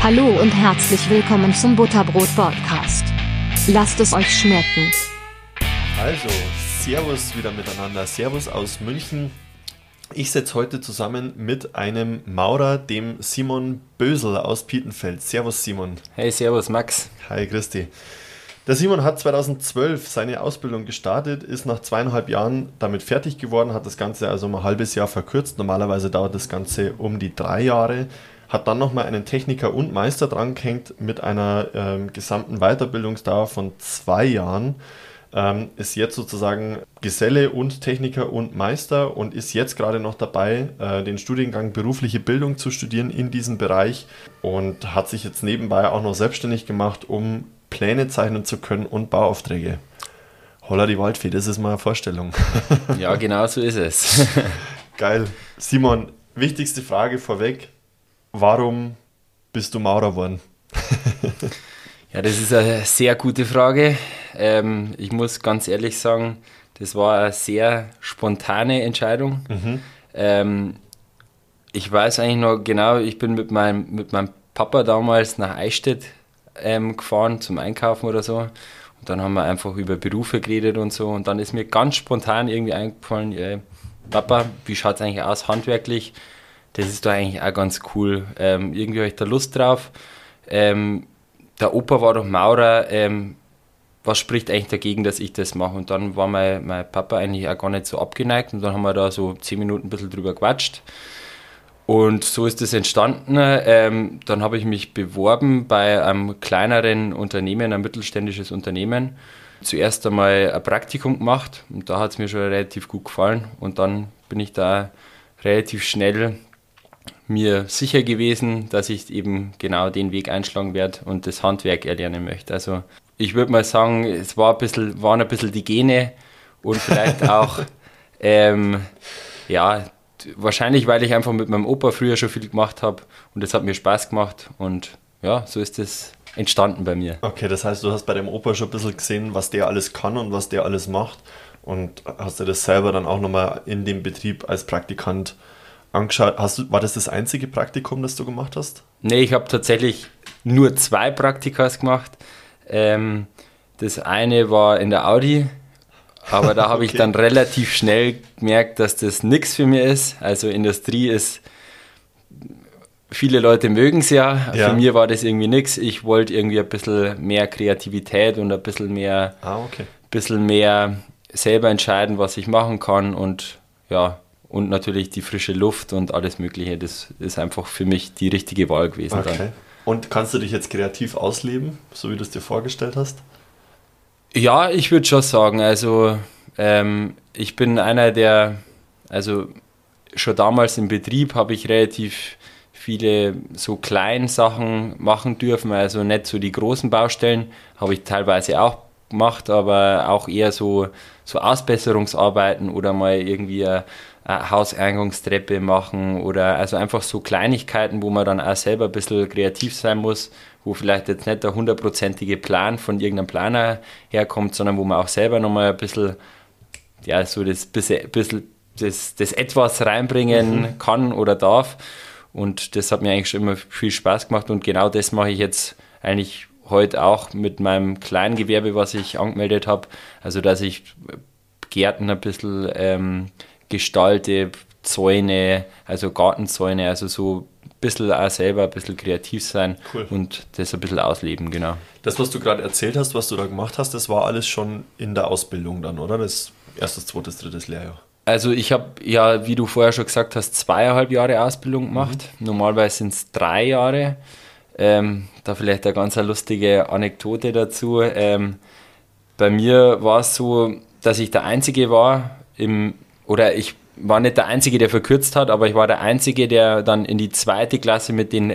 Hallo und herzlich willkommen zum Butterbrot-Podcast. Lasst es euch schmecken. Also, Servus wieder miteinander. Servus aus München. Ich sitze heute zusammen mit einem Maurer, dem Simon Bösel aus Pietenfeld. Servus Simon. Hey, servus Max. Hi, Christi. Der Simon hat 2012 seine Ausbildung gestartet, ist nach 2,5 Jahren damit fertig geworden, hat das Ganze also um ein halbes Jahr verkürzt. Normalerweise dauert das Ganze um die 3 Jahre. Hat dann nochmal einen Techniker und Meister dran gehängt mit einer gesamten Weiterbildungsdauer von 2 Jahren. Ist jetzt sozusagen Geselle und Techniker und Meister und ist jetzt gerade noch dabei, den Studiengang berufliche Bildung zu studieren in diesem Bereich und hat sich jetzt nebenbei auch noch selbstständig gemacht, um Pläne zeichnen zu können und Bauaufträge. Holla die Waldfee, das ist mal eine Vorstellung. Ja, genau so ist es. Geil. Simon, wichtigste Frage vorweg. Warum bist du Maurer geworden? Ja, das ist eine sehr gute Frage. Ich muss ganz ehrlich sagen, das war eine sehr spontane Entscheidung. Ich weiß eigentlich noch genau, ich bin mit meinem Papa damals nach Eichstätt gefahren zum Einkaufen oder so. Und dann haben wir einfach über Berufe geredet und so. Und dann ist mir ganz spontan irgendwie eingefallen, Papa, wie schaut es eigentlich aus handwerklich? Das ist doch eigentlich auch ganz cool. Irgendwie habe ich da Lust drauf. Der Opa war doch Maurer. Was spricht eigentlich dagegen, dass ich das mache? Und dann war mein Papa eigentlich auch gar nicht so abgeneigt. Und dann haben wir da so 10 Minuten ein bisschen drüber gequatscht. Und so ist das entstanden. Dann habe ich mich beworben bei einem kleineren Unternehmen, ein mittelständisches Unternehmen. Zuerst einmal ein Praktikum gemacht. Und da hat es mir schon relativ gut gefallen. Und dann bin ich da relativ schnell mir sicher gewesen, dass ich eben genau den Weg einschlagen werde und das Handwerk erlernen möchte. Also ich würde mal sagen, es waren ein bisschen die Gene und vielleicht auch, wahrscheinlich, weil ich einfach mit meinem Opa früher schon viel gemacht habe und das hat mir Spaß gemacht und ja, so ist das entstanden bei mir. Okay, das heißt, du hast bei dem Opa schon ein bisschen gesehen, was der alles kann und was der alles macht und hast dir das selber dann auch nochmal in dem Betrieb als Praktikant angeschaut. War das einzige Praktikum, das du gemacht hast? Nee, ich habe tatsächlich nur 2 Praktikas gemacht. Das eine war in der Audi, aber da habe ich dann relativ schnell gemerkt, dass das nichts für mich ist. Also Industrie ist, viele Leute mögen es ja. Für mich war das irgendwie nichts. Ich wollte irgendwie ein bisschen mehr Kreativität und ein bisschen mehr, selber entscheiden, was ich machen kann und und natürlich die frische Luft und alles Mögliche. Das ist einfach für mich die richtige Wahl gewesen. Okay. Dann. Und kannst du dich jetzt kreativ ausleben, so wie du es dir vorgestellt hast? Ja, ich würde schon sagen. Also ich bin einer, der, also schon damals im Betrieb habe ich relativ viele so kleine Sachen machen dürfen. Also nicht so die großen Baustellen, habe ich teilweise auch gemacht, aber auch eher so Ausbesserungsarbeiten oder mal irgendwie eine Hauseingangstreppe machen oder also einfach so Kleinigkeiten, wo man dann auch selber ein bisschen kreativ sein muss, wo vielleicht jetzt nicht der 100%ige Plan von irgendeinem Planer herkommt, sondern wo man auch selber nochmal ein bisschen, so das etwas reinbringen kann oder darf. Und das hat mir eigentlich schon immer viel Spaß gemacht und genau das mache ich jetzt eigentlich heute auch mit meinem kleinen Gewerbe, was ich angemeldet habe. Also, dass ich Gärten ein bisschen gestalte, Zäune, also Gartenzäune, also so ein bisschen auch selber ein bisschen kreativ sein und das ein bisschen ausleben, genau. Das, was du gerade erzählt hast, was du da gemacht hast, das war alles schon in der Ausbildung dann, oder? Das erstes, zweites, drittes Lehrjahr. Also ich habe ja, wie du vorher schon gesagt hast, 2,5 Jahre Ausbildung gemacht. Normalerweise sind es 3 Jahre. Da vielleicht eine ganz lustige Anekdote dazu. Bei mir war es so, dass ich der Einzige war, ich war nicht der Einzige, der verkürzt hat, aber ich war der Einzige, der dann in die 2. Klasse mit den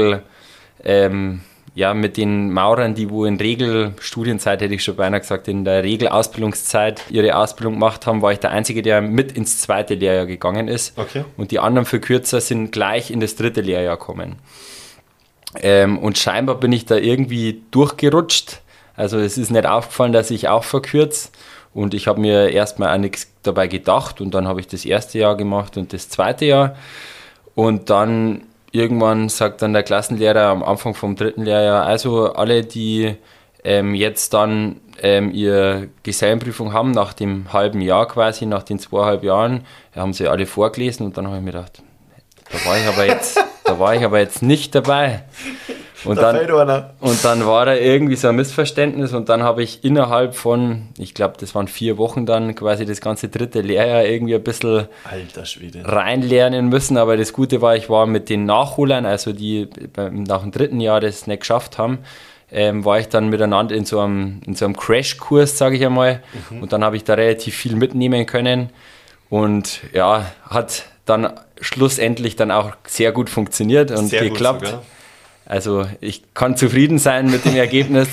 mit den Maurern, die wo in Regelstudienzeit, hätte ich schon beinahe gesagt, in der Regelausbildungszeit ihre Ausbildung gemacht haben, war ich der Einzige, der mit ins 2. Lehrjahr gegangen ist. Okay. Und die anderen Verkürzer sind gleich in das 3. Lehrjahr gekommen. Und scheinbar bin ich da irgendwie durchgerutscht. Also es ist nicht aufgefallen, dass ich auch verkürze. Und ich habe mir erstmal auch nichts dabei gedacht. Und dann habe ich das 1. Jahr gemacht und das 2. Jahr. Und dann irgendwann sagt dann der Klassenlehrer am Anfang vom 3. Lehrjahr, also alle, die jetzt dann ihre Gesellenprüfung haben, nach dem halben Jahr quasi, nach den 2,5 Jahren, haben sie alle vorgelesen und dann habe ich mir gedacht, da war ich aber jetzt nicht dabei. Und dann war da irgendwie so ein Missverständnis und dann habe ich innerhalb von, ich glaube, das waren 4 Wochen dann quasi das ganze 3. Lehrjahr irgendwie ein bisschen reinlernen müssen. Aber das Gute war, ich war mit den Nachholern, also die nach dem 3. Jahr das nicht geschafft haben, war ich dann miteinander in so einem Crashkurs, sage ich einmal. Und dann habe ich da relativ viel mitnehmen können. Und ja, hat dann schlussendlich dann auch sehr gut funktioniert und sehr geklappt. Gut sogar. Also ich kann zufrieden sein mit dem Ergebnis.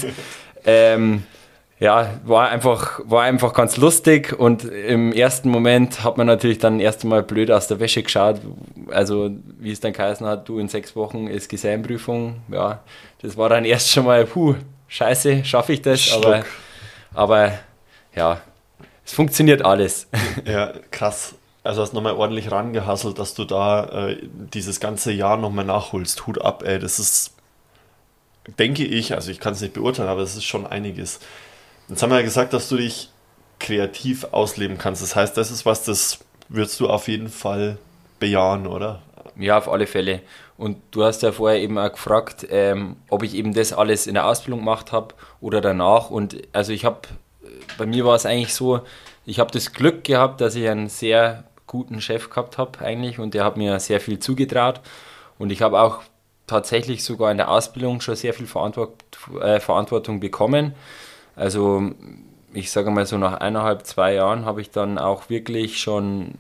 Ja, war einfach ganz lustig und im ersten Moment hat man natürlich dann erst einmal blöd aus der Wäsche geschaut. Also wie es dann geheißen hat, du in 6 Wochen ist Gesellenprüfung. Ja, das war dann erst schon mal, scheiße, schaffe ich das? Aber ja, es funktioniert alles. Ja, krass. Also hast nochmal ordentlich rangehasselt, dass du da dieses ganze Jahr nochmal nachholst. Hut ab, ey. Das ist, denke ich, also ich kann es nicht beurteilen, aber es ist schon einiges. Jetzt haben wir ja gesagt, dass du dich kreativ ausleben kannst. Das heißt, das ist was, das würdest du auf jeden Fall bejahen, oder? Ja, auf alle Fälle. Und du hast ja vorher eben auch gefragt, ob ich eben das alles in der Ausbildung gemacht habe oder danach. Und also bei mir war es eigentlich so, ich habe das Glück gehabt, dass ich einen sehr guten Chef gehabt habe eigentlich und der hat mir sehr viel zugetraut und ich habe auch tatsächlich sogar in der Ausbildung schon sehr viel Verantwortung bekommen. Also ich sage mal so nach 1,5, 2 Jahren habe ich dann auch wirklich schon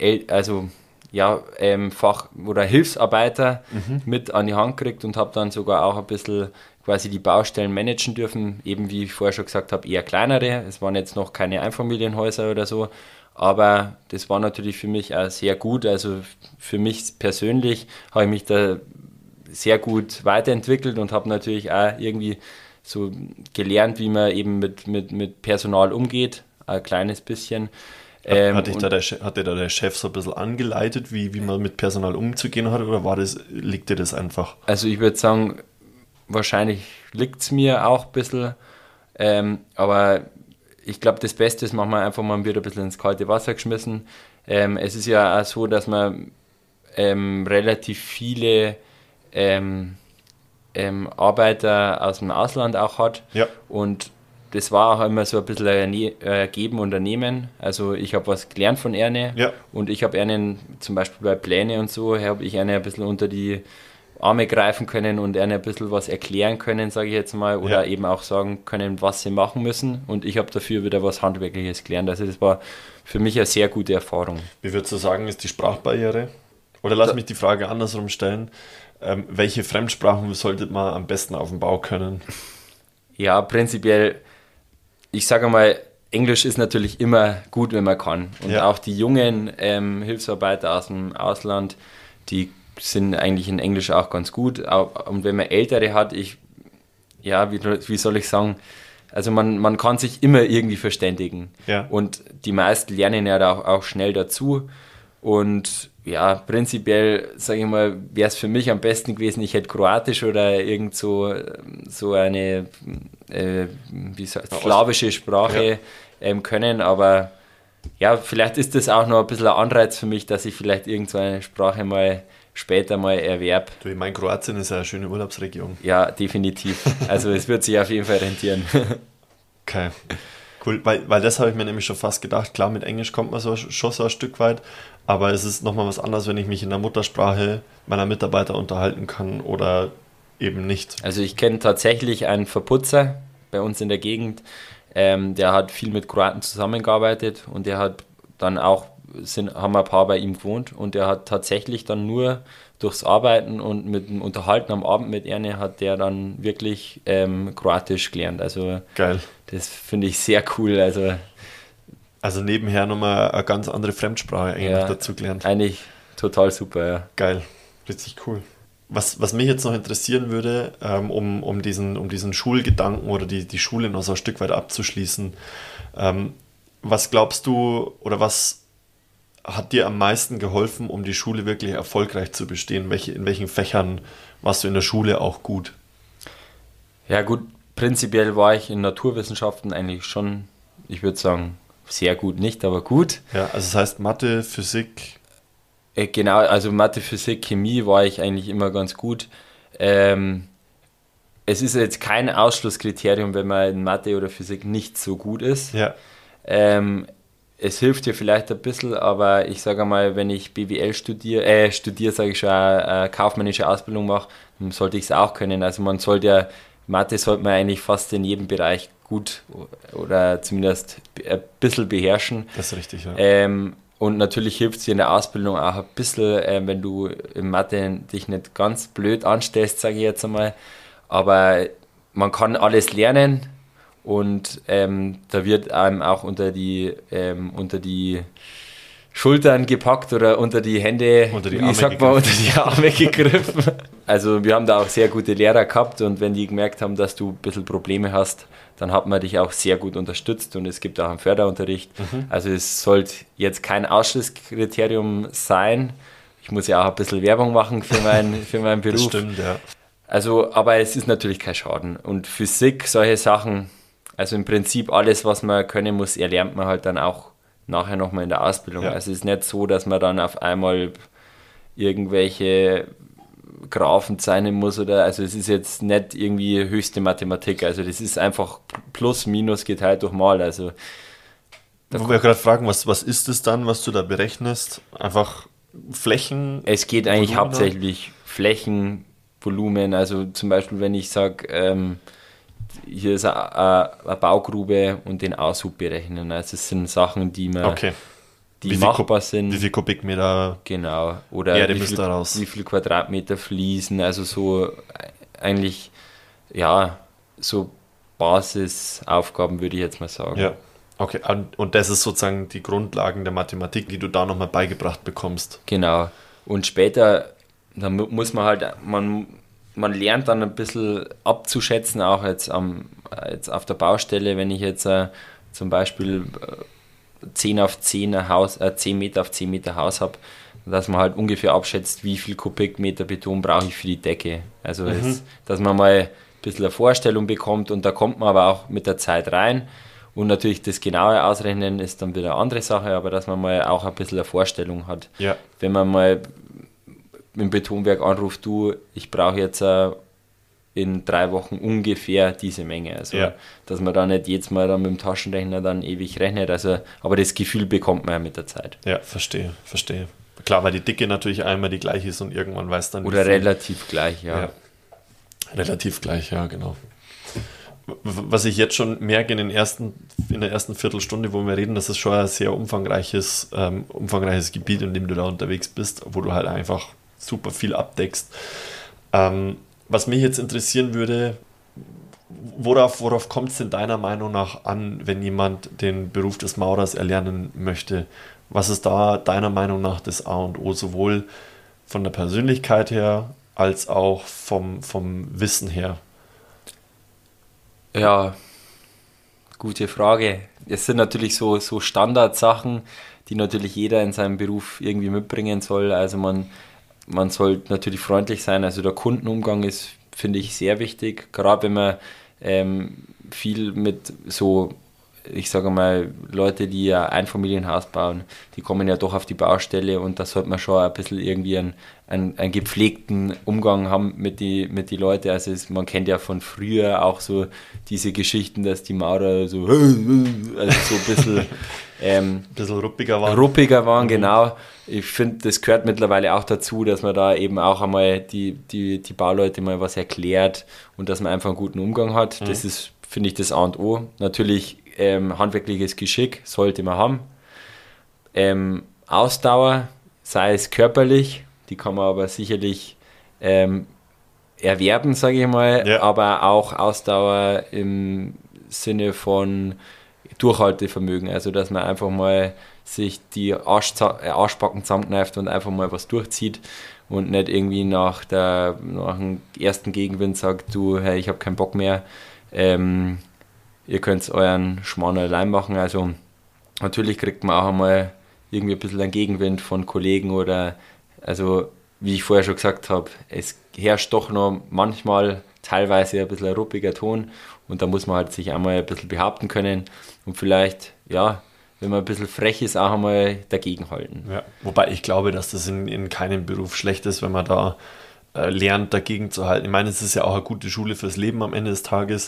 Fach- oder Hilfsarbeiter mit an die Hand gekriegt und habe dann sogar auch ein bisschen quasi die Baustellen managen dürfen, eben wie ich vorher schon gesagt habe, eher kleinere. Es waren jetzt noch keine Einfamilienhäuser oder so, aber das war natürlich für mich auch sehr gut. Also für mich persönlich habe ich mich da sehr gut weiterentwickelt und habe natürlich auch irgendwie so gelernt, wie man eben mit Personal umgeht, ein kleines bisschen. Hat dir da der Chef so ein bisschen angeleitet, wie man mit Personal umzugehen hat, oder liegt dir das einfach? Also ich würde sagen, wahrscheinlich liegt es mir auch ein bisschen, aber ich glaube, das Beste ist, manchmal einfach mal wieder ein bisschen ins kalte Wasser geschmissen. Es ist ja auch so, dass man relativ viele Arbeiter aus dem Ausland auch hat. Ja. Und das war auch immer so ein bisschen ein Geben und ein Nehmen. Also ich habe was gelernt von Erne und ich habe Erne zum Beispiel bei Pläne und so, habe ich Erne ein bisschen unter die Arme greifen können und Erne ein bisschen was erklären können, sage ich jetzt mal, oder eben auch sagen können, was sie machen müssen und ich habe dafür wieder was Handwerkliches gelernt. Also das war für mich eine sehr gute Erfahrung. Wie würdest du sagen, ist die Sprachbarriere? Oder lass mich die Frage andersrum stellen. Welche Fremdsprachen sollte man am besten auf dem Bau können? Ja, prinzipiell, ich sage mal, Englisch ist natürlich immer gut, wenn man kann. Und auch die jungen Hilfsarbeiter aus dem Ausland, die sind eigentlich in Englisch auch ganz gut. Und wenn man Ältere hat, wie soll ich sagen, also man kann sich immer irgendwie verständigen. Ja. Und die meisten lernen ja auch schnell dazu. Und ja, prinzipiell, sage ich mal, wäre es für mich am besten gewesen, ich hätte Kroatisch oder irgend so eine slawische Sprache können, aber ja, vielleicht ist das auch noch ein bisschen ein Anreiz für mich, dass ich vielleicht irgend so eine Sprache mal später mal erwerbe. Du, ich meine, Kroatien ist ja eine schöne Urlaubsregion. Ja, definitiv. Also es wird sich auf jeden Fall rentieren. Okay. Cool, weil das habe ich mir nämlich schon fast gedacht. Klar, mit Englisch kommt man schon so ein Stück weit, aber es ist nochmal was anderes, wenn ich mich in der Muttersprache meiner Mitarbeiter unterhalten kann oder eben nicht. Also ich kenne tatsächlich einen Verputzer bei uns in der Gegend, der hat viel mit Kroaten zusammengearbeitet und der hat dann auch, haben ein paar bei ihm gewohnt und der hat tatsächlich dann nur durchs Arbeiten und mit dem Unterhalten am Abend mit Erne hat der dann wirklich Kroatisch gelernt. Also geil. Das finde ich sehr cool. Also nebenher nochmal eine ganz andere Fremdsprache eigentlich dazu gelernt. Eigentlich total super, ja. Geil, richtig cool. Was mich jetzt noch interessieren würde, um diesen Schulgedanken oder die Schule noch so ein Stück weit abzuschließen, was glaubst du oder was hat dir am meisten geholfen, um die Schule wirklich erfolgreich zu bestehen? In welchen Fächern warst du in der Schule auch gut? Ja gut, prinzipiell war ich in Naturwissenschaften eigentlich schon, ich würde sagen, sehr gut nicht, aber gut. Ja, also das heißt Mathe, Physik. Genau, also Mathe, Physik, Chemie war ich eigentlich immer ganz gut. Es ist jetzt kein Ausschlusskriterium, wenn man in Mathe oder Physik nicht so gut ist. Ja. Es hilft dir vielleicht ein bisschen, aber ich sage mal, wenn ich BWL studiere, sage ich schon, eine kaufmännische Ausbildung mache, dann sollte ich es auch können. Also Mathe sollte man eigentlich fast in jedem Bereich gut oder zumindest ein bisschen beherrschen. Das ist richtig, ja. Und natürlich hilft es dir in der Ausbildung auch ein bisschen, wenn du in Mathe dich nicht ganz blöd anstellst, sage ich jetzt einmal. Aber man kann alles lernen. Und da wird einem auch unter die Schultern gepackt oder unter die Hände, unter die Arme gegriffen. Also wir haben da auch sehr gute Lehrer gehabt und wenn die gemerkt haben, dass du ein bisschen Probleme hast, dann hat man dich auch sehr gut unterstützt und es gibt auch einen Förderunterricht. Also es sollte jetzt kein Ausschlusskriterium sein. Ich muss ja auch ein bisschen Werbung machen für meinen Beruf. Das stimmt, ja. Also, aber es ist natürlich kein Schaden. Und Physik, solche Sachen, also im Prinzip alles, was man können muss, erlernt man halt dann auch nachher nochmal in der Ausbildung. Ja. Also es ist nicht so, dass man dann auf einmal irgendwelche Graphen zeichnen muss also es ist jetzt nicht irgendwie höchste Mathematik, also das ist einfach Plus, Minus geteilt durch Mal. Also wo wir gerade fragen, was ist es dann, was du da berechnest? Einfach Flächen? Es geht eigentlich hauptsächlich Flächen, Volumen, also zum Beispiel, wenn ich sage, hier ist eine Baugrube und den Aushub berechnen. Also es sind Sachen, die machbar sind. Wie viel Kubikmeter? Genau. Oder Erde müsste raus. Wie viel Quadratmeter fließen. Also so eigentlich, ja, so Basisaufgaben würde ich jetzt mal sagen. Ja. Okay, und das ist sozusagen die Grundlagen der Mathematik, die du da nochmal beigebracht bekommst. Genau. Und später, da muss man halt, man lernt dann ein bisschen abzuschätzen, auch jetzt auf der Baustelle, wenn ich jetzt zum Beispiel 10 auf 10 10 Meter auf 10 Meter Haus habe, dass man halt ungefähr abschätzt, wie viel Kubikmeter Beton brauche ich für die Decke. Also dass man mal ein bisschen eine Vorstellung bekommt und da kommt man aber auch mit der Zeit rein. Und natürlich das genaue Ausrechnen ist dann wieder eine andere Sache, aber dass man mal auch ein bisschen eine Vorstellung hat. Ja. Wenn man mal im Betonwerk anruft, ich brauche jetzt in 3 Wochen ungefähr diese Menge. Also, dass man da nicht jedes Mal dann mit dem Taschenrechner dann ewig rechnet. Also, aber das Gefühl bekommt man ja mit der Zeit. Ja, verstehe. Klar, weil die Dicke natürlich einmal die gleiche ist und irgendwann weiß dann... Oder relativ gleich, ja. Relativ gleich, ja, genau. Was ich jetzt schon merke in der ersten Viertelstunde, wo wir reden, das ist schon ein sehr umfangreiches Gebiet, in dem du da unterwegs bist, wo du halt einfach super viel abdeckst. Was mich jetzt interessieren würde, worauf kommt es denn deiner Meinung nach an, wenn jemand den Beruf des Maurers erlernen möchte? Was ist da deiner Meinung nach das A und O, sowohl von der Persönlichkeit her, als auch vom Wissen her? Ja, gute Frage. Es sind natürlich so Standardsachen, die natürlich jeder in seinem Beruf irgendwie mitbringen soll. Also man soll natürlich freundlich sein. Also der Kundenumgang ist, finde ich, sehr wichtig. Gerade wenn man viel mit so, ich sage mal, Leute, die ja Einfamilienhaus bauen, die kommen ja doch auf die Baustelle und da sollte man schon ein bisschen irgendwie einen gepflegten Umgang haben mit die Leute. Also man kennt ja von früher auch so diese Geschichten, dass die Maurer so ein bisschen ruppiger waren. Ruppiger waren, genau. Ich finde, das gehört mittlerweile auch dazu, dass man da eben auch einmal die Bauleute mal was erklärt und dass man einfach einen guten Umgang hat. Das ist, finde ich, das A und O. Natürlich handwerkliches Geschick sollte man haben. Ausdauer, sei es körperlich, die kann man aber sicherlich erwerben, sage ich mal, aber auch Ausdauer im Sinne von Durchhaltevermögen, also dass man einfach mal sich die Arschbacken zusammenkneift und einfach mal was durchzieht und nicht irgendwie nach dem ersten Gegenwind sagt, hey, ich habe keinen Bock mehr, ihr könnt euren Schmarrn allein machen. Also natürlich kriegt man auch einmal irgendwie ein bisschen einen Gegenwind von Kollegen oder, also wie ich vorher schon gesagt habe, es herrscht doch noch manchmal teilweise ein bisschen ein ruppiger Ton und da muss man halt sich einmal ein bisschen behaupten können und vielleicht, ja, wenn man ein bisschen frech ist, auch einmal dagegenhalten. Ja, wobei ich glaube, dass das in keinem Beruf schlecht ist, wenn man da lernt, dagegen zu halten. Ich meine, es ist ja auch eine gute Schule fürs Leben am Ende des Tages.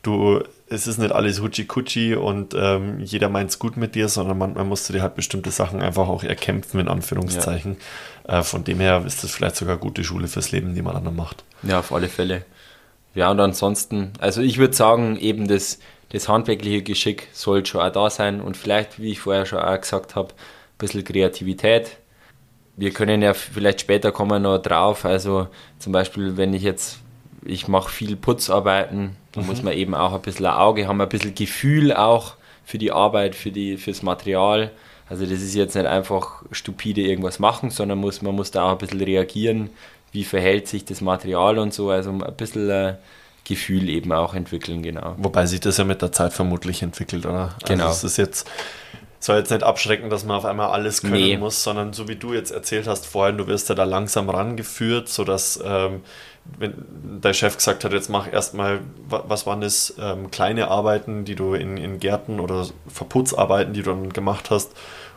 Es ist nicht alles Hutschi-Kutschi und jeder meint es gut mit dir, sondern manchmal musst du dir halt bestimmte Sachen einfach auch erkämpfen, in Anführungszeichen. Ja. Von dem her ist das vielleicht sogar eine gute Schule fürs Leben, die man dann noch macht. Ja, auf alle Fälle. Ja, und ansonsten, also ich würde sagen, eben das handwerkliche Geschick soll schon auch da sein und vielleicht, wie ich vorher schon auch gesagt habe, ein bisschen Kreativität. Wir können ja vielleicht später kommen noch drauf, also zum Beispiel, wenn ich mache viel Putzarbeiten, da muss man eben auch ein bisschen ein Auge haben, ein bisschen Gefühl auch für die Arbeit, fürs Material. Also das ist jetzt nicht einfach stupide irgendwas machen, sondern man muss da auch ein bisschen reagieren, wie verhält sich das Material und so, also ein bisschen Gefühl eben auch entwickeln, genau. Wobei sich das ja mit der Zeit vermutlich entwickelt, oder? Genau. Also soll jetzt nicht abschrecken, dass man auf einmal alles können muss, sondern so wie du jetzt erzählt hast vorhin, du wirst ja da langsam rangeführt, sodass, wenn der Chef gesagt hat, jetzt mach erstmal, was waren das, kleine Arbeiten, die du in Gärten oder Verputzarbeiten, die du dann gemacht hast,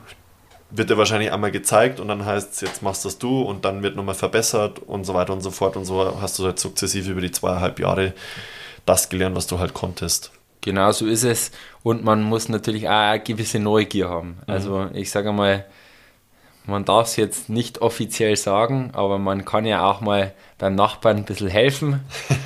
wird dir wahrscheinlich einmal gezeigt und dann heißt es, jetzt machst das du und dann wird nochmal verbessert und so weiter und so fort und so hast du halt sukzessive über die 2,5 Jahre das gelernt, was du halt konntest. Genau so ist es und man muss natürlich auch eine gewisse Neugier haben. Also ich sage mal, man darf es jetzt nicht offiziell sagen, aber man kann ja auch mal beim Nachbarn ein bisschen helfen.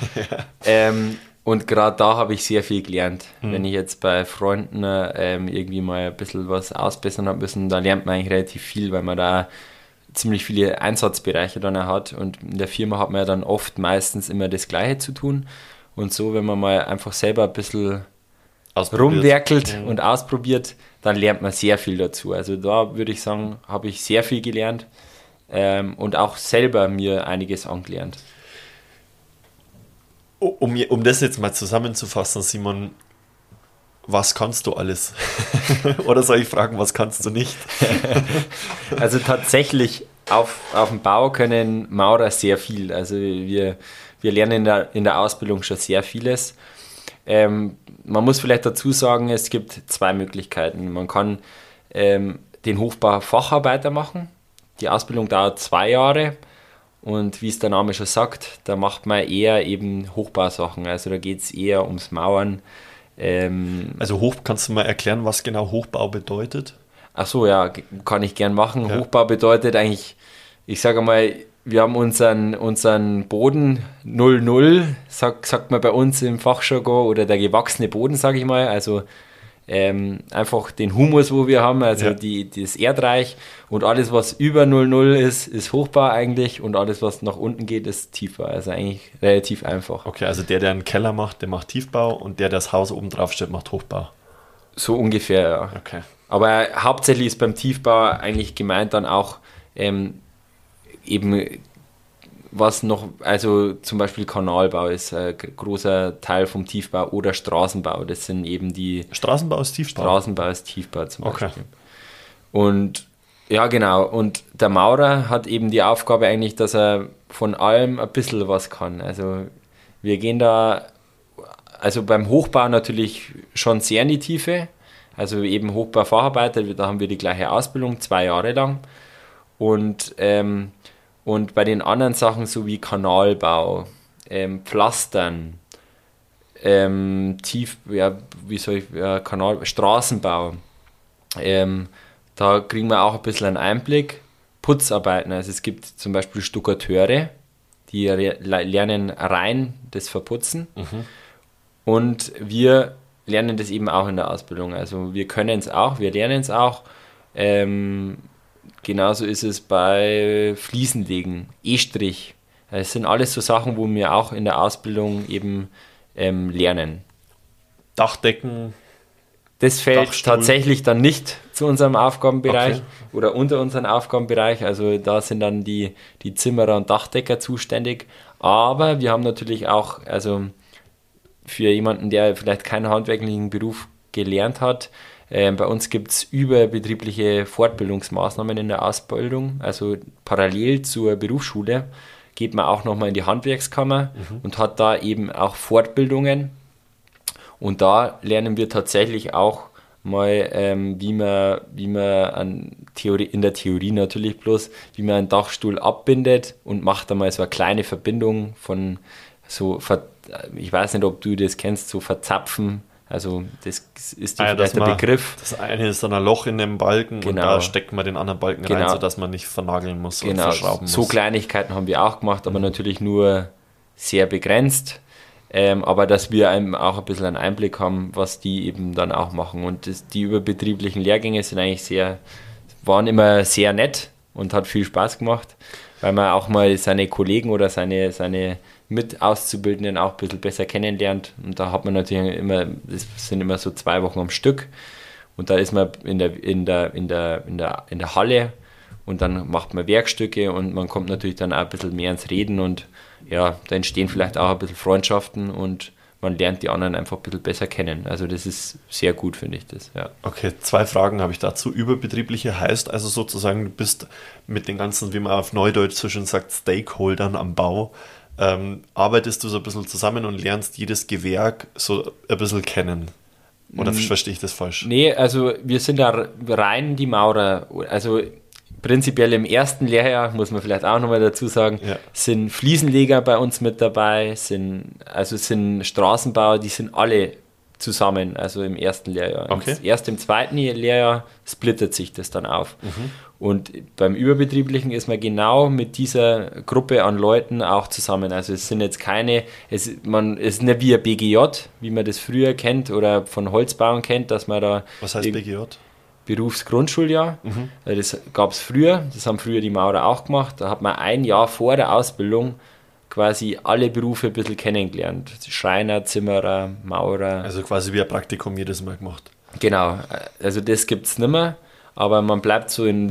Ja. Und gerade da habe ich sehr viel gelernt. Wenn ich jetzt bei Freunden irgendwie mal ein bisschen was ausbessern habe müssen, da lernt man eigentlich relativ viel, weil man da ziemlich viele Einsatzbereiche dann auch hat und in der Firma hat man ja dann oft meistens immer das Gleiche zu tun. Und so, wenn man mal einfach selber ein bisschen rumwerkelt und ausprobiert, dann lernt man sehr viel dazu. Also da würde ich sagen, habe ich sehr viel gelernt und auch selber mir einiges angelernt. Um das jetzt mal zusammenzufassen, Simon, was kannst du alles? Oder soll ich fragen, was kannst du nicht? Also tatsächlich auf dem Bau können Maurer sehr viel. Also wir lernen in der Ausbildung schon sehr vieles. Man muss vielleicht dazu sagen, es gibt 2 Möglichkeiten. Man kann den Hochbau-Facharbeiter machen. Die Ausbildung dauert 2 Jahre und wie es der Name schon sagt, da macht man eher eben Hochbausachen. Also da geht es eher ums Mauern. Also kannst du mal erklären, was genau Hochbau bedeutet? Ach so, ja, kann ich gern machen. Ja. Hochbau bedeutet eigentlich, ich sage mal, wir haben unseren Boden 0,0, sagt man bei uns im Fachjargon, oder der gewachsene Boden, sage ich mal, also einfach den Humus, wo wir haben, also das Erdreich und alles, was über 0,0 ist Hochbau eigentlich und alles, was nach unten geht, ist Tiefbau, also eigentlich relativ einfach. Okay, also der einen Keller macht, der macht Tiefbau und der das Haus oben drauf steht, macht Hochbau. So ungefähr, ja. Okay. Aber hauptsächlich ist beim Tiefbau eigentlich gemeint dann auch eben was noch, also zum Beispiel Kanalbau ist ein großer Teil vom Tiefbau oder Straßenbau, das sind eben die... Straßenbau ist Tiefbau? Straßenbau ist Tiefbau zum Beispiel. Okay. Und ja, genau, und der Maurer hat eben die Aufgabe eigentlich, dass er von allem ein bisschen was kann. Also wir gehen da, also beim Hochbau natürlich schon sehr in die Tiefe, also eben Hochbau-Facharbeiter, da haben wir die gleiche Ausbildung, 2 Jahre lang. Und bei den anderen Sachen, so wie Kanalbau, Pflastern, Straßenbau, da kriegen wir auch ein bisschen einen Einblick. Putzarbeiten, also es gibt zum Beispiel Stuckateure, die lernen rein das Verputzen. Und wir lernen das eben auch in der Ausbildung. Also wir können es auch, wir lernen es auch. Genauso ist es bei Fliesenlegen, E-Strich. Das sind alles so Sachen, wo wir auch in der Ausbildung eben lernen. Dachdecken. Das fällt Dachstuhl. Tatsächlich dann nicht zu unserem Aufgabenbereich oder unter unseren Aufgabenbereich. Also da sind dann die Zimmerer und Dachdecker zuständig. Aber wir haben natürlich auch, also für jemanden, der vielleicht keinen handwerklichen Beruf gelernt hat, Bei uns gibt es überbetriebliche Fortbildungsmaßnahmen in der Ausbildung, also parallel zur Berufsschule geht man auch nochmal in die Handwerkskammer und hat da eben auch Fortbildungen. Und da lernen wir tatsächlich auch mal, wie man in der Theorie natürlich bloß, wie man einen Dachstuhl abbindet und macht da mal so eine kleine Verbindung von so, ich weiß nicht, ob du das kennst, so verzapfen. Also das ist vielleicht der Begriff. Das eine ist dann ein Loch in dem Balken und da steckt man den anderen Balken rein, sodass man nicht vernageln muss und verschrauben muss. So Kleinigkeiten haben wir auch gemacht, aber natürlich nur sehr begrenzt. Aber dass wir einem auch ein bisschen einen Einblick haben, was die eben dann auch machen. Und die überbetrieblichen Lehrgänge waren immer sehr nett und hat viel Spaß gemacht, weil man auch mal seine Kollegen oder seine Mit-Auszubildenden auch ein bisschen besser kennenlernt. Und da hat man natürlich immer, das sind immer so 2 Wochen am Stück. Und da ist man in der Halle und dann macht man Werkstücke und man kommt natürlich dann auch ein bisschen mehr ins Reden und ja, da entstehen vielleicht auch ein bisschen Freundschaften und man lernt die anderen einfach ein bisschen besser kennen. Also das ist sehr gut, finde ich das. Ja. Okay, 2 Fragen habe ich dazu. Überbetriebliche heißt also sozusagen, du bist mit den ganzen, wie man auf Neudeutsch so schön sagt, Stakeholdern am Bau. Arbeitest du so ein bisschen zusammen und lernst jedes Gewerk so ein bisschen kennen? Oder verstehe ich das falsch? Nee, also wir sind da rein die Maurer. Also prinzipiell im ersten Lehrjahr, muss man vielleicht auch nochmal dazu sagen, sind Fliesenleger bei uns mit dabei, sind Straßenbauer, die sind alle zusammen, also im ersten Lehrjahr. Okay. Erst im zweiten Lehrjahr splittet sich das dann auf. Und beim Überbetrieblichen ist man genau mit dieser Gruppe an Leuten auch zusammen. Also es sind jetzt es ist nicht wie ein BGJ, wie man das früher kennt oder von Holzbauern kennt, dass man da... Was heißt BGJ? Berufsgrundschuljahr. Das gab es früher, das haben früher die Maurer auch gemacht. Da hat man ein Jahr vor der Ausbildung quasi alle Berufe ein bisschen kennengelernt. Schreiner, Zimmerer, Maurer. Also quasi wie ein Praktikum jedes Mal gemacht. Genau, also das gibt es nicht mehr, aber man bleibt so in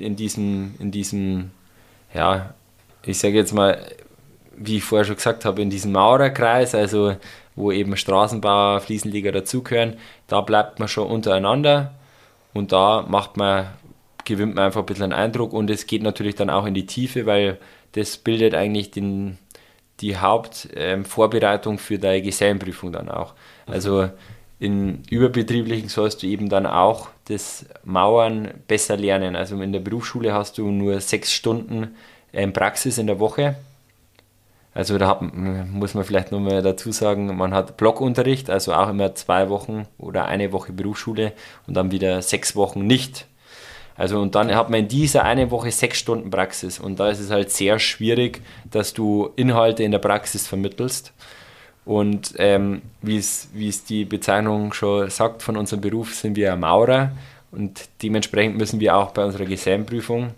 diesem, ja, ich sage jetzt mal, wie ich vorher schon gesagt habe, in diesem Maurerkreis, also wo eben Straßenbauer, Fliesenleger dazugehören, da bleibt man schon untereinander. Und da gewinnt man einfach ein bisschen einen Eindruck und es geht natürlich dann auch in die Tiefe, weil das bildet eigentlich die Hauptvorbereitung für deine Gesellenprüfung dann auch. Also in Überbetrieblichen sollst du eben dann auch das Mauern besser lernen. Also in der Berufsschule hast du nur 6 Stunden Praxis in der Woche. Also da muss man vielleicht nochmal dazu sagen, man hat Blockunterricht, also auch immer 2 Wochen oder 1 Woche Berufsschule und dann wieder 6 Wochen nicht. Also und dann hat man in dieser 1 Woche 6 Stunden Praxis und da ist es halt sehr schwierig, dass du Inhalte in der Praxis vermittelst. Und wie es die Bezeichnung schon sagt von unserem Beruf, sind wir Maurer und dementsprechend müssen wir auch bei unserer Gesellenprüfung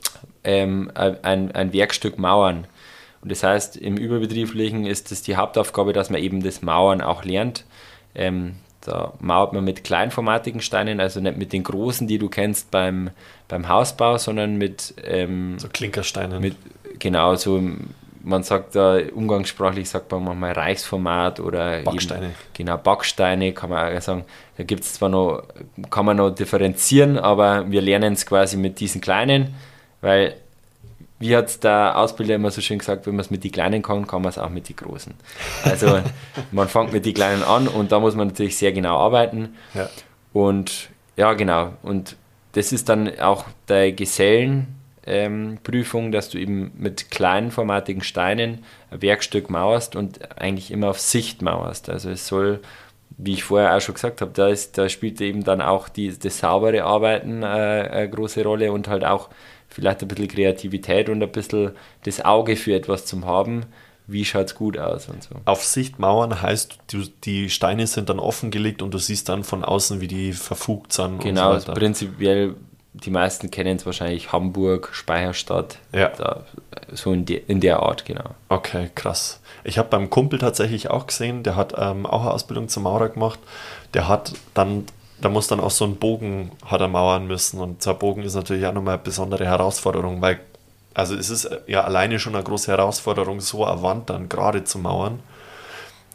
ein Werkstück mauern. Und das heißt, im Überbetrieblichen ist es die Hauptaufgabe, dass man eben das Mauern auch lernt. Da mauert man mit kleinformatigen Steinen, also nicht mit den großen, die du kennst beim Hausbau, sondern mit... so Klinkersteinen. Genau, so man sagt da, umgangssprachlich sagt man manchmal Reichsformat oder... Backsteine. Eben, genau, Backsteine kann man auch sagen. Da gibt es zwar noch, kann man noch differenzieren, aber wir lernen es quasi mit diesen kleinen, weil... Wie hat der Ausbilder immer so schön gesagt, wenn man es mit den Kleinen kann, kann man es auch mit den Großen. Also man fängt mit den Kleinen an und da muss man natürlich sehr genau arbeiten. Ja. Und ja, genau. Und das ist dann auch der Gesellenprüfung, dass du eben mit kleinformatigen Steinen ein Werkstück mauerst und eigentlich immer auf Sicht mauerst. Also es soll, wie ich vorher auch schon gesagt habe, da spielt eben dann auch das saubere Arbeiten eine große Rolle und halt auch vielleicht ein bisschen Kreativität und ein bisschen das Auge für etwas zum haben, wie schaut es gut aus und so. Auf Sicht mauern heißt, die Steine sind dann offengelegt und du siehst dann von außen, wie die verfugt sind. Genau, und so weiter. Prinzipiell, die meisten kennen es wahrscheinlich, Hamburg, Speicherstadt, ja. So in der Art, genau. Okay, krass. Ich habe beim Kumpel tatsächlich auch gesehen, der hat auch eine Ausbildung zum Maurer gemacht, da muss dann auch so ein Bogen hat er mauern müssen und so ein Bogen ist natürlich auch nochmal eine besondere Herausforderung, weil also es ist ja alleine schon eine große Herausforderung, so eine Wand dann gerade zu mauern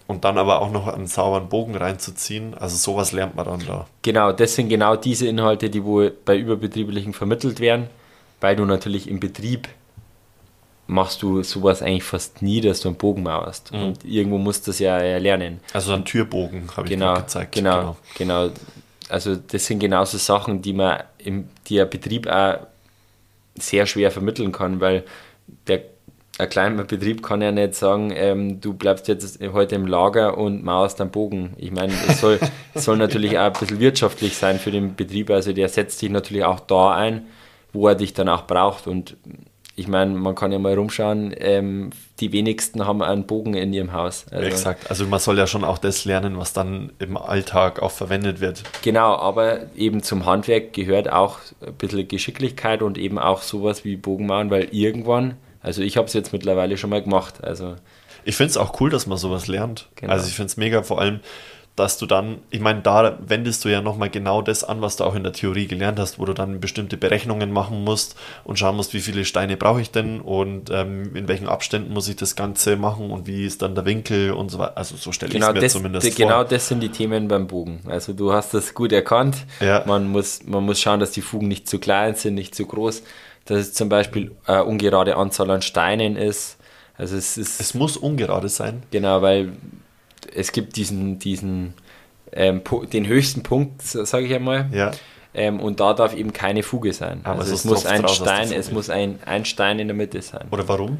Und dann aber auch noch einen sauberen Bogen reinzuziehen, also sowas lernt man dann da. Genau, das sind genau diese Inhalte, die wohl bei Überbetrieblichen vermittelt werden, weil du natürlich im Betrieb machst du sowas eigentlich fast nie, dass du einen Bogen mauerst. Und irgendwo musst du das ja lernen. Also einen Türbogen habe ich Genau, gerade gezeigt. genau. Also das sind genauso Sachen, die man der Betrieb auch sehr schwer vermitteln kann, weil ein kleiner Betrieb kann ja nicht sagen, du bleibst jetzt heute im Lager und mauerst einen Bogen. Ich meine, es soll natürlich auch ein bisschen wirtschaftlich sein für den Betrieb, also der setzt sich natürlich auch da ein, wo er dich dann auch braucht. Und ich meine, man kann ja mal rumschauen, die wenigsten haben einen Bogen in ihrem Haus. Also, exakt, also man soll ja schon auch das lernen, was dann im Alltag auch verwendet wird. Genau, aber eben zum Handwerk gehört auch ein bisschen Geschicklichkeit und eben auch sowas wie Bogenmauern, weil irgendwann, also ich habe es jetzt mittlerweile schon mal gemacht. Also ich finde es auch cool, dass man sowas lernt. Genau. Also ich finde es mega, vor allem, dass du dann, ich meine, da wendest du ja nochmal genau das an, was du auch in der Theorie gelernt hast, wo du dann bestimmte Berechnungen machen musst und schauen musst, wie viele Steine brauche ich denn und in welchen Abständen muss ich das Ganze machen und wie ist dann der Winkel und so weiter. Also so stelle ich es mir zumindest vor. Genau das sind die Themen beim Bogen. Also du hast das gut erkannt. Ja. Man muss schauen, dass die Fugen nicht zu klein sind, nicht zu groß, dass es zum Beispiel eine ungerade Anzahl an Steinen ist. Also es muss ungerade sein. Genau, weil es gibt den höchsten Punkt, sage ich einmal. Ja. Und da darf eben keine Fuge sein. Aber also es muss ein Stein in der Mitte sein. Oder warum?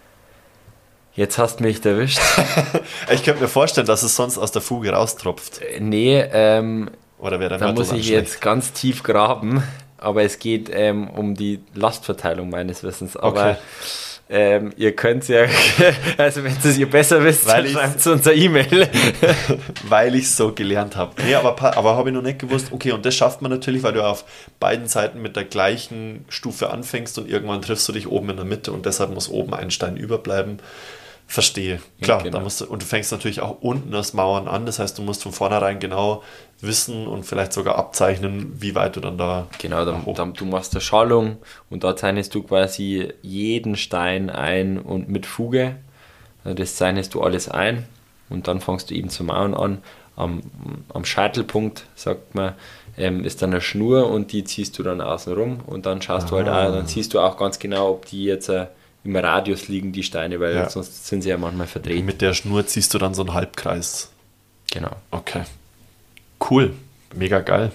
Jetzt hast du mich erwischt. Ich könnte mir vorstellen, dass es sonst aus der Fuge raustropft. Nee, oder wäre da muss ich jetzt ganz tief graben. Aber es geht um die Lastverteilung meines Wissens. Aber ihr könnt ja, also wenn es ihr besser wisst, schreibt es unser E-Mail. Weil ich es so gelernt habe. Nee, aber habe ich noch nicht gewusst. Okay, und das schafft man natürlich, weil du auf beiden Seiten mit der gleichen Stufe anfängst und irgendwann triffst du dich oben in der Mitte und deshalb muss oben ein Stein überbleiben. Verstehe. Klar, genau. Und du fängst natürlich auch unten das Mauern an. Das heißt, du musst von vornherein genau wissen und vielleicht sogar abzeichnen, wie weit du dann da... Genau, du machst eine Schallung und da zeichnest du quasi jeden Stein ein und mit Fuge. Also das zeichnest du alles ein und dann fängst du eben zu mauern an. Am Scheitelpunkt, sagt man, ist dann eine Schnur und die ziehst du dann außen rum und dann schaust du halt auch, dann siehst du auch ganz genau, ob die jetzt... im Radius liegen die Steine, weil sonst sind sie ja manchmal verdreht. Mit der Schnur ziehst du dann so einen Halbkreis. Genau. Okay. Cool. Mega geil.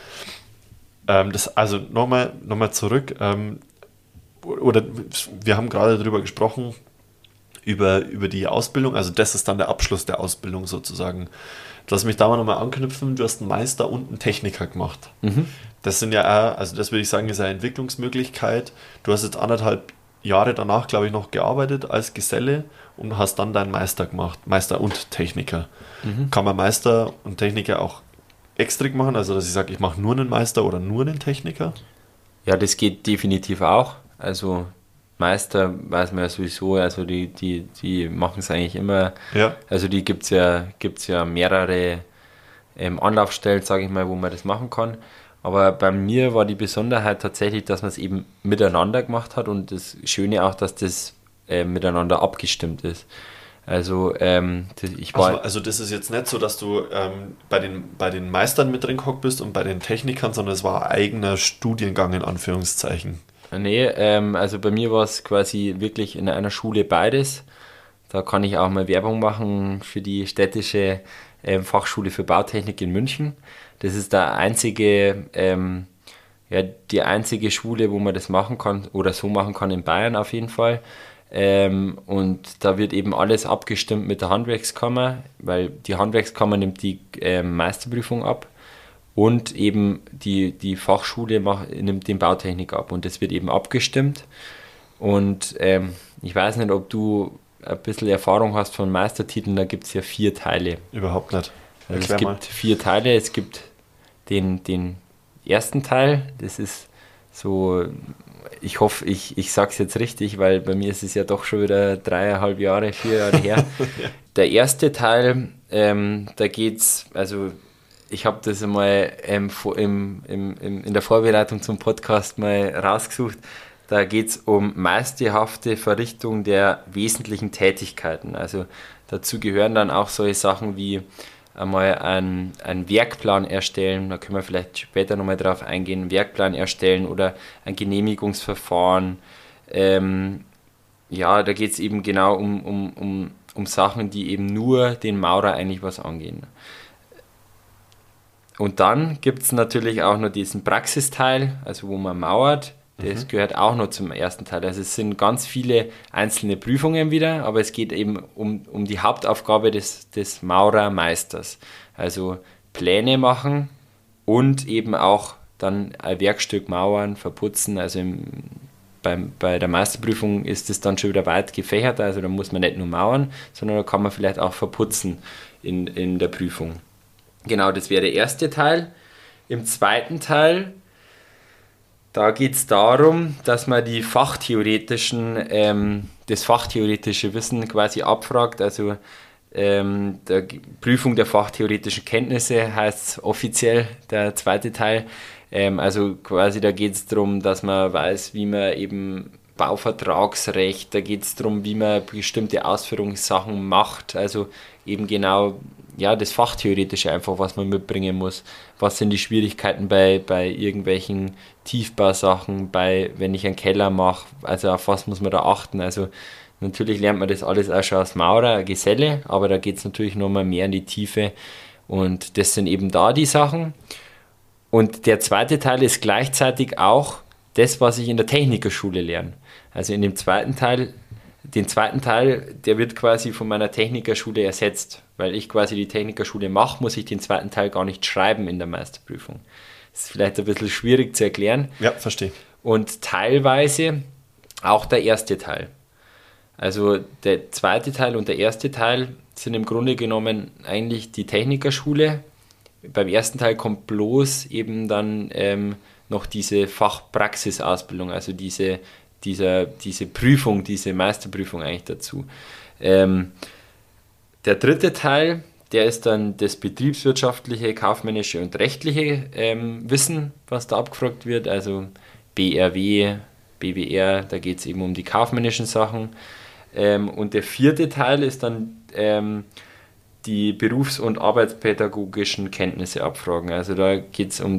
Also nochmal zurück. Oder wir haben gerade darüber gesprochen, über die Ausbildung. Also das ist dann der Abschluss der Ausbildung sozusagen. Lass mich da mal nochmal anknüpfen. Du hast einen Meister und einen Techniker gemacht. Mhm. Das sind ja auch, also das würde ich sagen, ist eine Entwicklungsmöglichkeit. Du hast jetzt 1,5 Jahre danach, glaube ich, noch gearbeitet als Geselle und hast dann deinen Meister gemacht, Meister und Techniker. Mhm. Kann man Meister und Techniker auch extra machen, also dass ich sage, ich mache nur einen Meister oder nur einen Techniker? Ja, das geht definitiv auch. Also Meister weiß man ja sowieso, also die machen es eigentlich immer. Ja. Also die gibt's ja mehrere Anlaufstellen, sage ich mal, wo man das machen kann. Aber bei mir war die Besonderheit tatsächlich, dass man es eben miteinander gemacht hat und das Schöne auch, dass das miteinander abgestimmt ist. Also also das ist jetzt nicht so, dass du bei den Meistern mit drin gehockt bist und bei den Technikern, sondern es war ein eigener Studiengang in Anführungszeichen. Nee, also bei mir war es quasi wirklich in einer Schule beides. Da kann ich auch mal Werbung machen für die städtische Fachschule für Bautechnik in München. Das ist die einzige Schule, wo man das machen kann oder so machen kann in Bayern auf jeden Fall. Und da wird eben alles abgestimmt mit der Handwerkskammer, weil die Handwerkskammer nimmt die Meisterprüfung ab und eben die Fachschule nimmt den Bautechnik ab und das wird eben abgestimmt. Und ich weiß nicht, ob du ein bisschen Erfahrung hast von Meistertiteln, da gibt es ja 4 Teile. Überhaupt nicht. Also es gibt 4 Teile, es gibt den ersten Teil, das ist so, ich hoffe, ich sage es jetzt richtig, weil bei mir ist es ja doch schon wieder 4 Jahre her. Ja. Der erste Teil, da geht's, also ich habe das einmal in der Vorbereitung zum Podcast mal rausgesucht, da geht es um meisterhafte Verrichtung der wesentlichen Tätigkeiten. Also Dazu gehören dann auch solche Sachen wie einmal einen Werkplan erstellen, da können wir vielleicht später nochmal drauf eingehen, einen Werkplan erstellen oder ein Genehmigungsverfahren. Ja, da geht es eben genau um Sachen, die eben nur den Maurer eigentlich was angehen. Und dann gibt es natürlich auch noch diesen Praxisteil, also wo man mauert. Das gehört auch noch zum ersten Teil. Also es sind ganz viele einzelne Prüfungen wieder, aber es geht eben um die Hauptaufgabe des Maurermeisters. Also Pläne machen und eben auch dann ein Werkstück mauern, verputzen. Also bei der Meisterprüfung ist es dann schon wieder weit gefächerter. Also da muss man nicht nur mauern, sondern da kann man vielleicht auch verputzen in der Prüfung. Genau, das wäre der erste Teil. Im zweiten Teil, da geht es darum, dass man das fachtheoretische Wissen quasi abfragt. Also der Prüfung der fachtheoretischen Kenntnisse heißt offiziell der zweite Teil. Also quasi da geht es darum, dass man weiß, wie man eben Bauvertragsrecht, da geht es darum, wie man bestimmte Ausführungssachen macht. Also eben genau ja, das Fachtheoretische einfach, was man mitbringen muss. Was sind die Schwierigkeiten bei irgendwelchen Tiefbausachen, wenn ich einen Keller mache, also auf was muss man da achten. Also natürlich lernt man das alles auch schon als Maurer, Geselle, aber da geht es natürlich nochmal mehr in die Tiefe und das sind eben da die Sachen. Und der zweite Teil ist gleichzeitig auch das, was ich in der Technikerschule lerne. Also in dem zweiten Teil, der wird quasi von meiner Technikerschule ersetzt. Weil ich quasi die Technikerschule mache, muss ich den zweiten Teil gar nicht schreiben in der Meisterprüfung. Das ist vielleicht ein bisschen schwierig zu erklären. Ja, verstehe. Und teilweise auch der erste Teil. Also der zweite Teil und der erste Teil sind im Grunde genommen eigentlich die Technikerschule. Beim ersten Teil kommt bloß eben dann noch diese Fachpraxisausbildung, also diese Prüfung, diese Meisterprüfung eigentlich dazu. Der dritte Teil, der ist dann das betriebswirtschaftliche, kaufmännische und rechtliche Wissen, was da abgefragt wird, also BRW, BWR, da geht es eben um die kaufmännischen Sachen. Und der vierte Teil ist dann die berufs- und arbeitspädagogischen Kenntnisse abfragen. Also da geht es um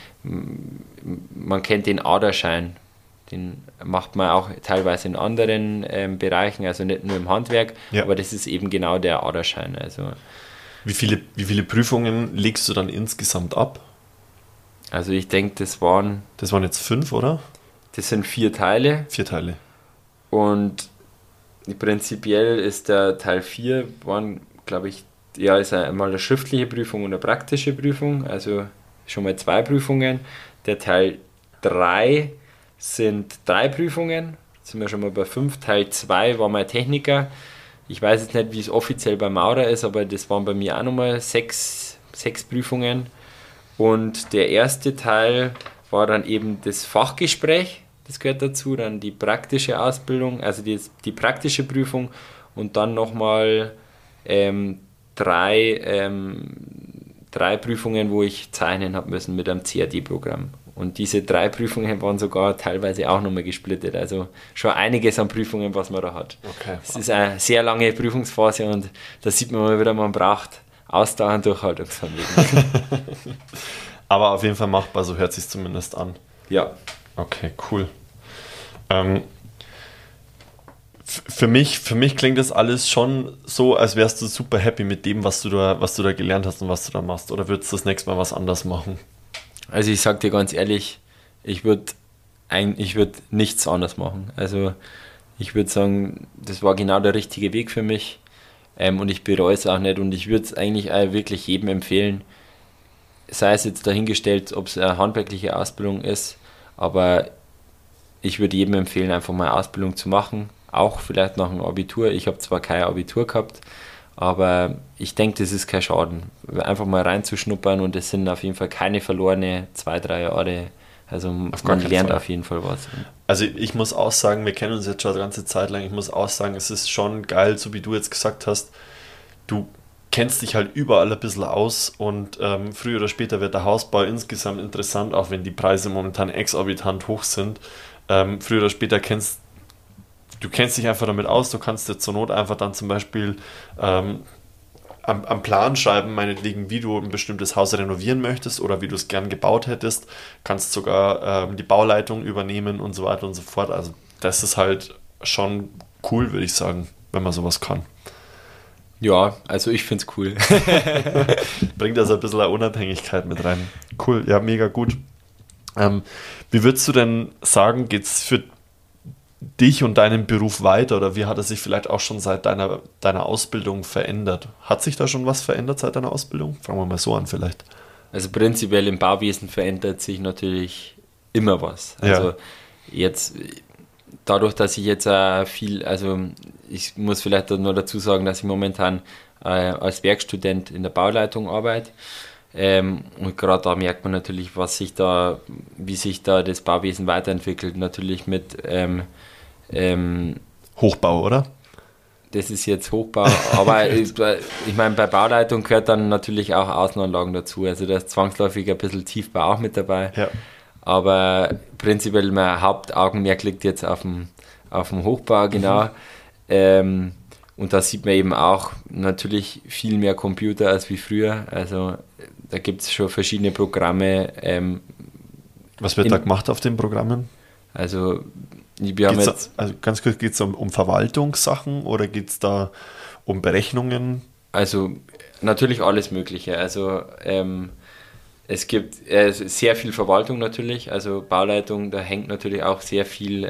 man kennt den Aderschein. Den macht man auch teilweise in anderen Bereichen, also nicht nur im Handwerk, ja. Aber das ist eben genau der Aderschein. Also wie viele Prüfungen legst du dann insgesamt ab? Also ich denke, das waren jetzt 5, oder? Das sind 4 Teile. 4 Teile. Und prinzipiell ist der Teil 4, glaube ich, ja, ist einmal eine schriftliche Prüfung und eine praktische Prüfung, also schon mal 2 Prüfungen. Der Teil 3 sind 3 Prüfungen, jetzt sind wir schon mal bei 5. Teil 2 war mal Techniker. Ich weiß jetzt nicht, wie es offiziell bei Maurer ist, aber das waren bei mir auch nochmal 6 Prüfungen. Und der erste Teil war dann eben das Fachgespräch, das gehört dazu, dann die praktische Ausbildung, also die praktische Prüfung und dann nochmal 3 Prüfungen, wo ich zeichnen habe müssen mit einem CAD-Programm. Und diese 3 Prüfungen waren sogar teilweise auch nochmal gesplittet. Also schon einiges an Prüfungen, was man da hat. Okay. Es ist eine sehr lange Prüfungsphase und da sieht man mal wieder, man braucht Ausdauer und Durchhaltungsvermögen. Aber auf jeden Fall machbar, so hört es sich zumindest an. Ja. Okay, cool. Für mich klingt das alles schon so, als wärst du super happy mit dem, was du da gelernt hast und was du da machst. Oder würdest du das nächste Mal was anders machen? Also ich sag dir ganz ehrlich, ich würd nichts anders machen. Also ich würde sagen, das war genau der richtige Weg für mich und ich bereue es auch nicht und ich würde es eigentlich auch wirklich jedem empfehlen, sei es jetzt dahingestellt, ob es eine handwerkliche Ausbildung ist, aber ich würde jedem empfehlen, einfach mal eine Ausbildung zu machen, auch vielleicht nach einem Abitur. Ich habe zwar kein Abitur gehabt, aber ich denke, das ist kein Schaden. Einfach mal reinzuschnuppern und es sind auf jeden Fall keine verlorene 2-3 Jahre. Also man lernt auf jeden Fall was. Also ich muss auch sagen, wir kennen uns jetzt schon eine ganze Zeit lang, ich muss auch sagen, es ist schon geil, so wie du jetzt gesagt hast, du kennst dich halt überall ein bisschen aus und früher oder später wird der Hausbau insgesamt interessant, auch wenn die Preise momentan exorbitant hoch sind. Früher oder später du kennst dich einfach damit aus, du kannst dir zur Not einfach dann zum Beispiel am Plan schreiben, meinetwegen, wie du ein bestimmtes Haus renovieren möchtest oder wie du es gern gebaut hättest, kannst sogar die Bauleitung übernehmen und so weiter und so fort. Also das ist halt schon cool, würde ich sagen, wenn man sowas kann. Ja, also ich finde es cool. Bringt also ein bisschen eine Unabhängigkeit mit rein. Cool, ja, mega gut. Wie würdest du denn sagen, geht es für dich und deinen Beruf weiter oder wie hat er sich vielleicht auch schon seit deiner Ausbildung verändert? Hat sich da schon was verändert seit deiner Ausbildung? Fangen wir mal so an vielleicht. Also prinzipiell im Bauwesen verändert sich natürlich immer was. Also jetzt, dadurch, dass ich jetzt viel, also ich muss vielleicht nur dazu sagen, dass ich momentan als Werkstudent in der Bauleitung arbeite. Und gerade da merkt man natürlich, wie sich da das Bauwesen weiterentwickelt. Natürlich mit Hochbau, oder? Das ist jetzt Hochbau, aber ich meine, bei Bauleitung gehört dann natürlich auch Außenanlagen dazu. Also da ist zwangsläufig ein bisschen Tiefbau auch mit dabei. Ja. Aber prinzipiell mein Hauptaugenmerk liegt jetzt auf dem Hochbau, genau. Und da sieht man eben auch natürlich viel mehr Computer als wie früher. Also da gibt es schon verschiedene Programme. Was wird da gemacht auf den Programmen? Also wir haben jetzt... Also ganz kurz, geht es um Verwaltungssachen oder geht es da um Berechnungen? Also natürlich alles Mögliche. Also es gibt sehr viel Verwaltung natürlich. Also Bauleitung, da hängt natürlich auch sehr viel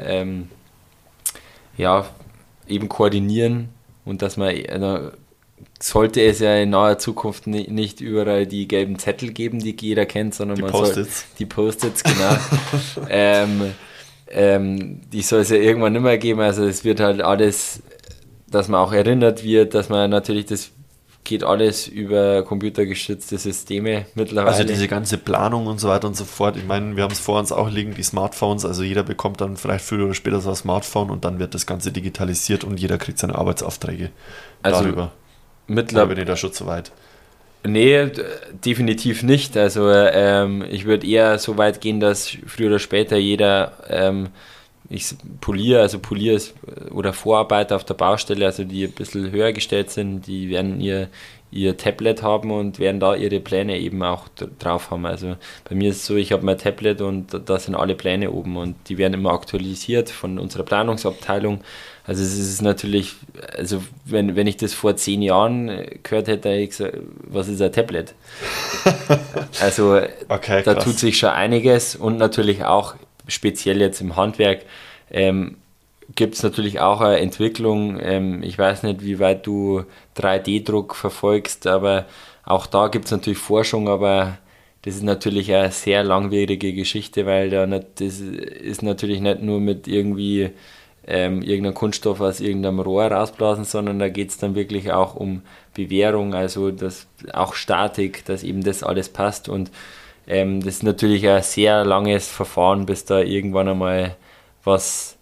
eben koordinieren und dass man sollte es ja in naher Zukunft nicht überall die gelben Zettel geben, die jeder kennt, sondern die Post-its. Die Post-its, genau. Die soll es ja irgendwann nicht mehr geben. Also es wird halt alles, dass man auch erinnert wird, dass man natürlich, das geht alles über computergestützte Systeme mittlerweile. Also diese ganze Planung und so weiter und so fort. Ich meine, wir haben es vor uns auch liegen, die Smartphones. Also jeder bekommt dann vielleicht früher oder später so ein Smartphone und dann wird das Ganze digitalisiert und jeder kriegt seine Arbeitsaufträge darüber. Oder bin ich da schon zu weit? Nee, definitiv nicht. Also ich würde eher so weit gehen, dass früher oder später jeder Polier ist, oder Vorarbeiter auf der Baustelle, also die ein bisschen höher gestellt sind, die werden ihr Tablet haben und werden da ihre Pläne eben auch drauf haben. Also bei mir ist es so, ich habe mein Tablet und da sind alle Pläne oben und die werden immer aktualisiert von unserer Planungsabteilung. Also es ist natürlich, also wenn ich das vor 10 Jahren gehört hätte, hätte ich gesagt, was ist ein Tablet? Also okay, da tut sich schon einiges und natürlich auch speziell jetzt im Handwerk gibt es natürlich auch eine Entwicklung. Ich weiß nicht, wie weit du 3D-Druck verfolgst, aber auch da gibt es natürlich Forschung, aber das ist natürlich eine sehr langwierige Geschichte, weil das ist natürlich nicht nur mit irgendwie irgendein Kunststoff aus irgendeinem Rohr rausblasen, sondern da geht es dann wirklich auch um Bewährung, also auch Statik, dass eben das alles passt und das ist natürlich ein sehr langes Verfahren, bis da irgendwann einmal was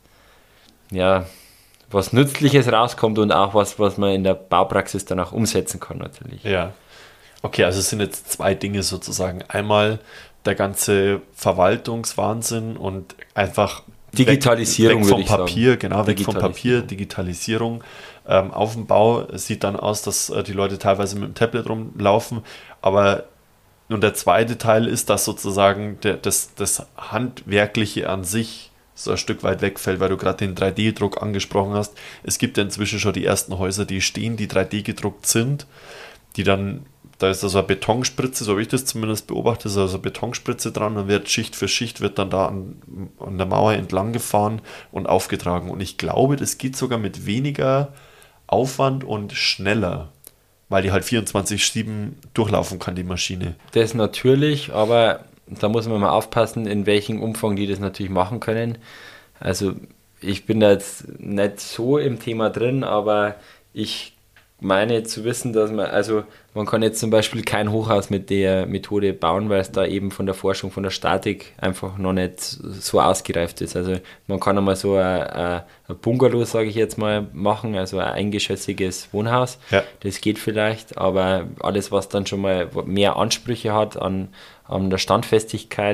Nützliches rauskommt und auch was man in der Baupraxis dann auch umsetzen kann natürlich. Ja, okay, also es sind jetzt 2 Dinge sozusagen. Einmal der ganze Verwaltungswahnsinn und einfach Digitalisierung, weg vom Papier, genau, weg vom Papier, Digitalisierung. Auf dem Bau sieht dann aus, dass die Leute teilweise mit dem Tablet rumlaufen, aber und der zweite Teil ist, dass sozusagen das Handwerkliche an sich so ein Stück weit wegfällt, weil du gerade den 3D-Druck angesprochen hast. Es gibt ja inzwischen schon die ersten Häuser, die stehen, die 3D gedruckt sind, die dann, da ist da so eine Betonspritze, so habe ich das zumindest beobachtet, ist also eine Betonspritze dran, dann wird Schicht für Schicht wird dann da an der Mauer entlang gefahren und aufgetragen. Und ich glaube, das geht sogar mit weniger Aufwand und schneller, weil die halt 24/7 durchlaufen kann, die Maschine. Das natürlich, aber da muss man mal aufpassen, in welchem Umfang die das natürlich machen können. Also ich bin da jetzt nicht so im Thema drin, aber ich meine zu wissen, dass man kann jetzt zum Beispiel kein Hochhaus mit der Methode bauen, weil es da eben von der Forschung, von der Statik einfach noch nicht so ausgereift ist. Also man kann einmal so ein Bungalow, sage ich jetzt mal, machen, also ein eingeschossiges Wohnhaus. Ja. Das geht vielleicht, aber alles, was dann schon mal mehr Ansprüche hat an der Standfestigkeit,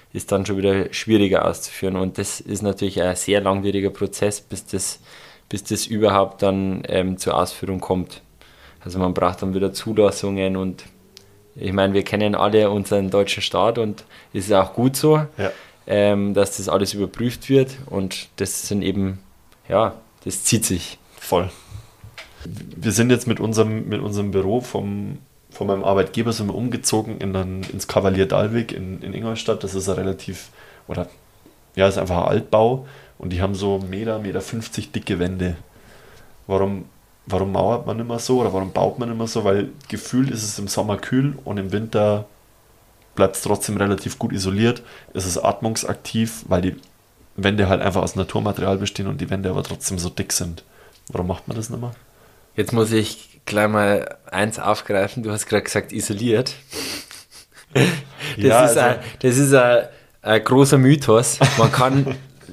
ist dann schon wieder schwieriger auszuführen. Und das ist natürlich ein sehr langwieriger Prozess, bis das überhaupt dann zur Ausführung kommt. Also man braucht dann wieder Zulassungen und ich meine, wir kennen alle unseren deutschen Staat und es ist auch gut so, dass das alles überprüft wird und das sind eben, ja, das zieht sich. Voll. Wir sind jetzt mit unserem Büro von meinem Arbeitgeber sind wir umgezogen ins Kavalier Dalvik in Ingolstadt. Das ist ein ist einfach ein Altbau und die haben so 1,50 Meter dicke Wände. Warum mauert man immer so oder warum baut man immer so? Weil gefühlt ist es im Sommer kühl und im Winter bleibt es trotzdem relativ gut isoliert. Es ist atmungsaktiv, weil die Wände halt einfach aus Naturmaterial bestehen und die Wände aber trotzdem so dick sind. Warum macht man das nicht mehr? Jetzt muss ich gleich mal eins aufgreifen. Du hast gerade gesagt, isoliert. Das ist ein großer Mythos. Man kann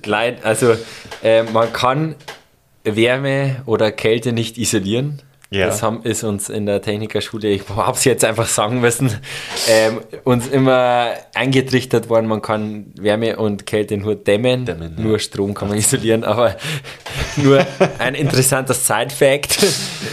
man kann Wärme oder Kälte nicht isolieren. Ja. Das ist uns in der Technikerschule, ich habe es jetzt einfach sagen müssen, uns immer eingetrichtert worden, man kann Wärme und Kälte nur dämmen, nur Strom kann man isolieren, aber nur ein interessanter Side-Fact.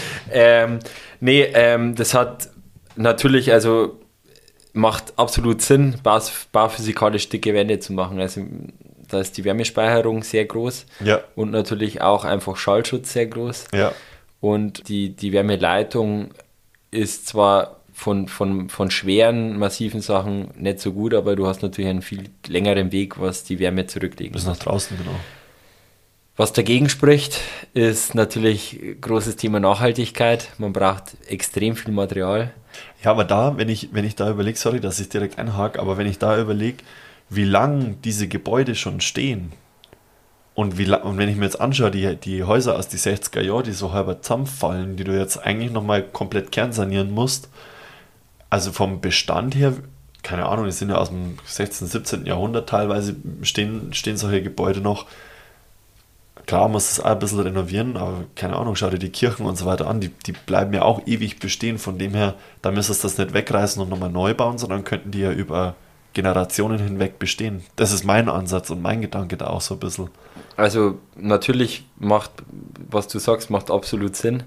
Das hat natürlich, also macht absolut Sinn, bauphysikalisch dicke Wände zu machen. Also da ist die Wärmespeicherung sehr groß und natürlich auch einfach Schallschutz sehr groß. Ja. Und die Wärmeleitung ist zwar von schweren, massiven Sachen nicht so gut, aber du hast natürlich einen viel längeren Weg, was die Wärme zurücklegt. Bis nach draußen, genau. Was dagegen spricht, ist natürlich großes Thema Nachhaltigkeit. Man braucht extrem viel Material. Ja, aber da, wenn ich da überlege, sorry, dass ich direkt einhake, aber wenn ich da überlege, wie lang diese Gebäude schon stehen und wenn ich mir jetzt anschaue, die Häuser aus den 60er Jahren, die so halber zusammenfallen, die du jetzt eigentlich nochmal komplett kernsanieren musst, also vom Bestand her, keine Ahnung, die sind ja aus dem 16., 17. Jahrhundert teilweise, stehen solche Gebäude noch. Klar muss es auch ein bisschen renovieren, aber keine Ahnung, schau dir die Kirchen und so weiter an, die bleiben ja auch ewig bestehen, von dem her, da müsstest du das nicht wegreißen und nochmal neu bauen, sondern könnten die ja über Generationen hinweg bestehen. Das ist mein Ansatz und mein Gedanke da auch so ein bisschen. Also natürlich was du sagst, macht absolut Sinn,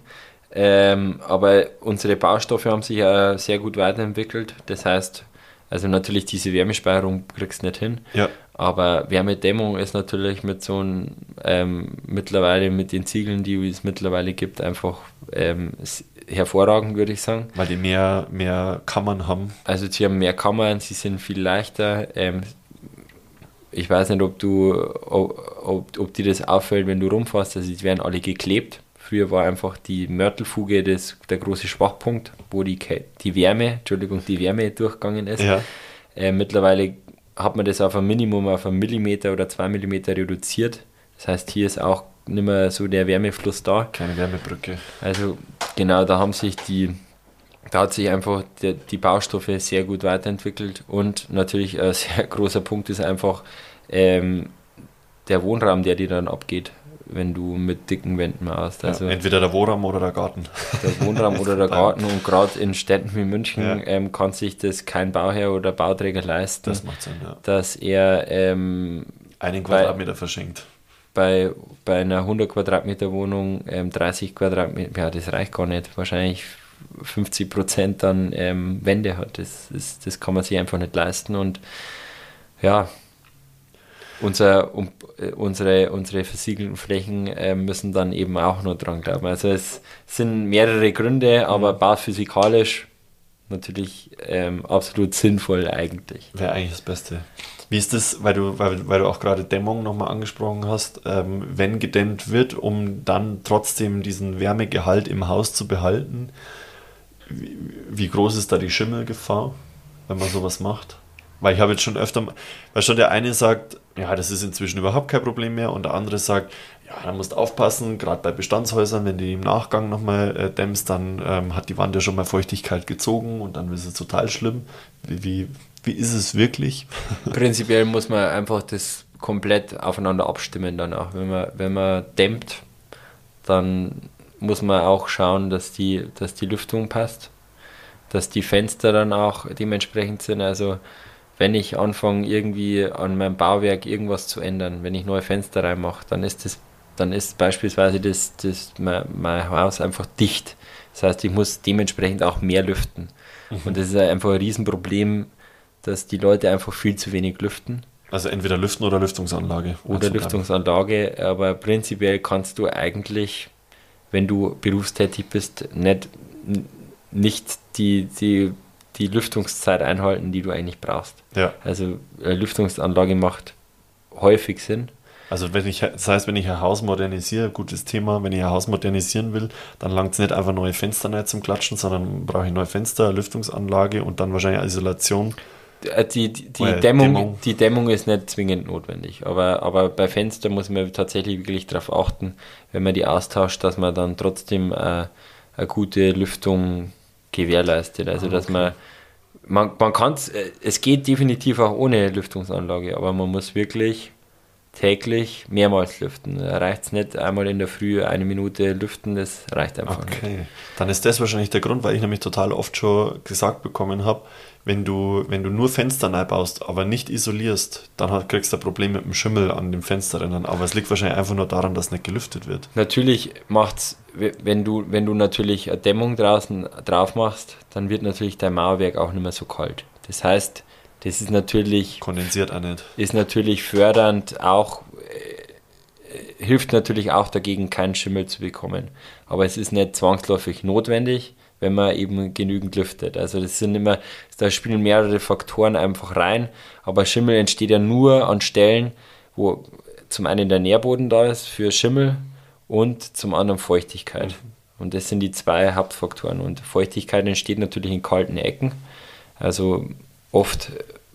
aber unsere Baustoffe haben sich ja sehr gut weiterentwickelt, das heißt, also natürlich diese Wärmespeicherung kriegst du nicht hin, aber Wärmedämmung ist natürlich mit so einem, mittlerweile mit den Ziegeln, die es mittlerweile gibt, einfach hervorragend, würde ich sagen. Weil die mehr Kammern haben. Also sie haben mehr Kammern, sie sind viel leichter. Ich weiß nicht, ob dir das auffällt, wenn du rumfährst, also die werden alle geklebt. Früher war einfach die Mörtelfuge der große Schwachpunkt, wo die Wärme durchgegangen ist. Ja. Mittlerweile hat man das auf ein Minimum, auf 1 Millimeter oder 2 Millimeter reduziert. Das heißt, hier ist auch nicht mehr so der Wärmefluss da. Keine Wärmebrücke. Also genau, da hat sich einfach die Baustoffe sehr gut weiterentwickelt und natürlich ein sehr großer Punkt ist einfach der Wohnraum, der dir dann abgeht, wenn du mit dicken Wänden machst. Also entweder der Wohnraum oder der Garten. Der Wohnraum oder der Garten und gerade in Städten wie München kann sich das kein Bauherr oder Bauträger leisten, das macht Sinn, dass er einen Quadratmeter verschenkt. Bei einer 100 Quadratmeter Wohnung 30 Quadratmeter, ja, das reicht gar nicht, wahrscheinlich 50% dann Wände hat. Das kann man sich einfach nicht leisten und ja, unsere versiegelten Flächen müssen dann eben auch nur dran glauben. Also es sind mehrere Gründe, aber bauphysikalisch natürlich absolut sinnvoll eigentlich. Wäre eigentlich das Beste. Wie ist das, weil du auch gerade Dämmung nochmal angesprochen hast, wenn gedämmt wird, um dann trotzdem diesen Wärmegehalt im Haus zu behalten, wie groß ist da die Schimmelgefahr, wenn man sowas macht? Weil ich habe jetzt schon öfter, weil schon der eine sagt, ja, das ist inzwischen überhaupt kein Problem mehr und der andere sagt, ja, da musst du aufpassen, gerade bei Bestandshäusern, wenn du die im Nachgang nochmal dämmst, dann hat die Wand ja schon mal Feuchtigkeit gezogen und dann ist es total schlimm. Wie ist es wirklich? Prinzipiell muss man einfach das komplett aufeinander abstimmen danach. Wenn man dämmt, dann muss man auch schauen, dass die Lüftung passt, dass die Fenster dann auch dementsprechend sind. Also wenn ich anfange, irgendwie an meinem Bauwerk irgendwas zu ändern, wenn ich neue Fenster reinmache, dann ist beispielsweise mein Haus einfach dicht. Das heißt, ich muss dementsprechend auch mehr lüften. Und das ist einfach ein Riesenproblem, dass die Leute einfach viel zu wenig lüften. Also entweder Lüften oder Lüftungsanlage. Oder Lüftungsanlage, aber prinzipiell kannst du eigentlich, wenn du berufstätig bist, nicht die Lüftungszeit einhalten, die du eigentlich brauchst. Ja. Also eine Lüftungsanlage macht häufig Sinn. Also wenn ich ein Haus modernisiere, gutes Thema, wenn ich ein Haus modernisieren will, dann langt es nicht einfach neue Fenster rein zum Klatschen, sondern brauche ich neue Fenster, Lüftungsanlage und dann wahrscheinlich Isolation. Die Dämmung ist nicht zwingend notwendig, aber bei Fenstern muss man tatsächlich wirklich darauf achten, wenn man die austauscht, dass man dann trotzdem eine gute Lüftung gewährleistet. Also dass man kann es geht definitiv auch ohne Lüftungsanlage, aber man muss wirklich täglich mehrmals lüften. Da reicht es nicht einmal in der Früh 1 Minute lüften, das reicht einfach nicht. Okay, dann ist das wahrscheinlich der Grund, weil ich nämlich total oft schon gesagt bekommen habe, wenn du nur Fenster neu baust, aber nicht isolierst, dann kriegst du ein Problem mit dem Schimmel an dem Fenster drinnen. Aber es liegt wahrscheinlich einfach nur daran, dass nicht gelüftet wird. Natürlich macht's, wenn du natürlich eine Dämmung draußen drauf machst, dann wird natürlich dein Mauerwerk auch nicht mehr so kalt. Das heißt, das ist natürlich... Kondensiert auch nicht. Ist natürlich fördernd, auch hilft natürlich auch dagegen, keinen Schimmel zu bekommen. Aber es ist nicht zwangsläufig notwendig, wenn man eben genügend lüftet. Also da spielen mehrere Faktoren einfach rein, aber Schimmel entsteht ja nur an Stellen, wo zum einen der Nährboden da ist für Schimmel und zum anderen Feuchtigkeit. Und das sind die 2 Hauptfaktoren. Und Feuchtigkeit entsteht natürlich in kalten Ecken. Also oft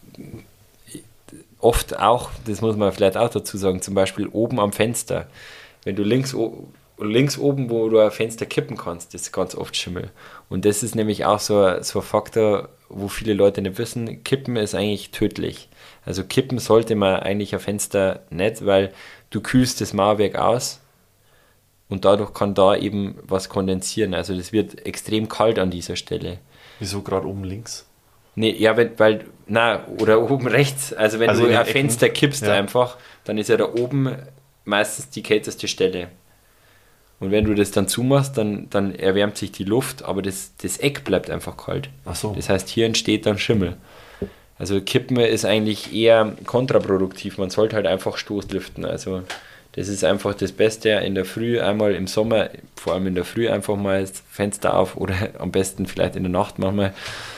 auch, das muss man vielleicht auch dazu sagen, zum Beispiel oben am Fenster. Wenn du links oben, wo du ein Fenster kippen kannst, das ist ganz oft Schimmel. Und das ist nämlich auch so ein Faktor, wo viele Leute nicht wissen, Kippen ist eigentlich tödlich. Also kippen sollte man eigentlich ein Fenster nicht, weil du kühlst das Mauerwerk aus und dadurch kann da eben was kondensieren. Also das wird extrem kalt an dieser Stelle. Wieso gerade oben links? Nee, ja, oder oben rechts. Also wenn du ein Fenster kippst einfach, dann ist ja da oben meistens die kälteste Stelle. Und wenn du das dann zumachst, dann erwärmt sich die Luft, aber das Eck bleibt einfach kalt. Ach so. Das heißt, hier entsteht dann Schimmel. Also Kippen ist eigentlich eher kontraproduktiv. Man sollte halt einfach Stoßlüften. Also das ist einfach das Beste. In der Früh, einmal im Sommer, vor allem in der Früh einfach mal das Fenster auf oder am besten vielleicht in der Nacht manchmal.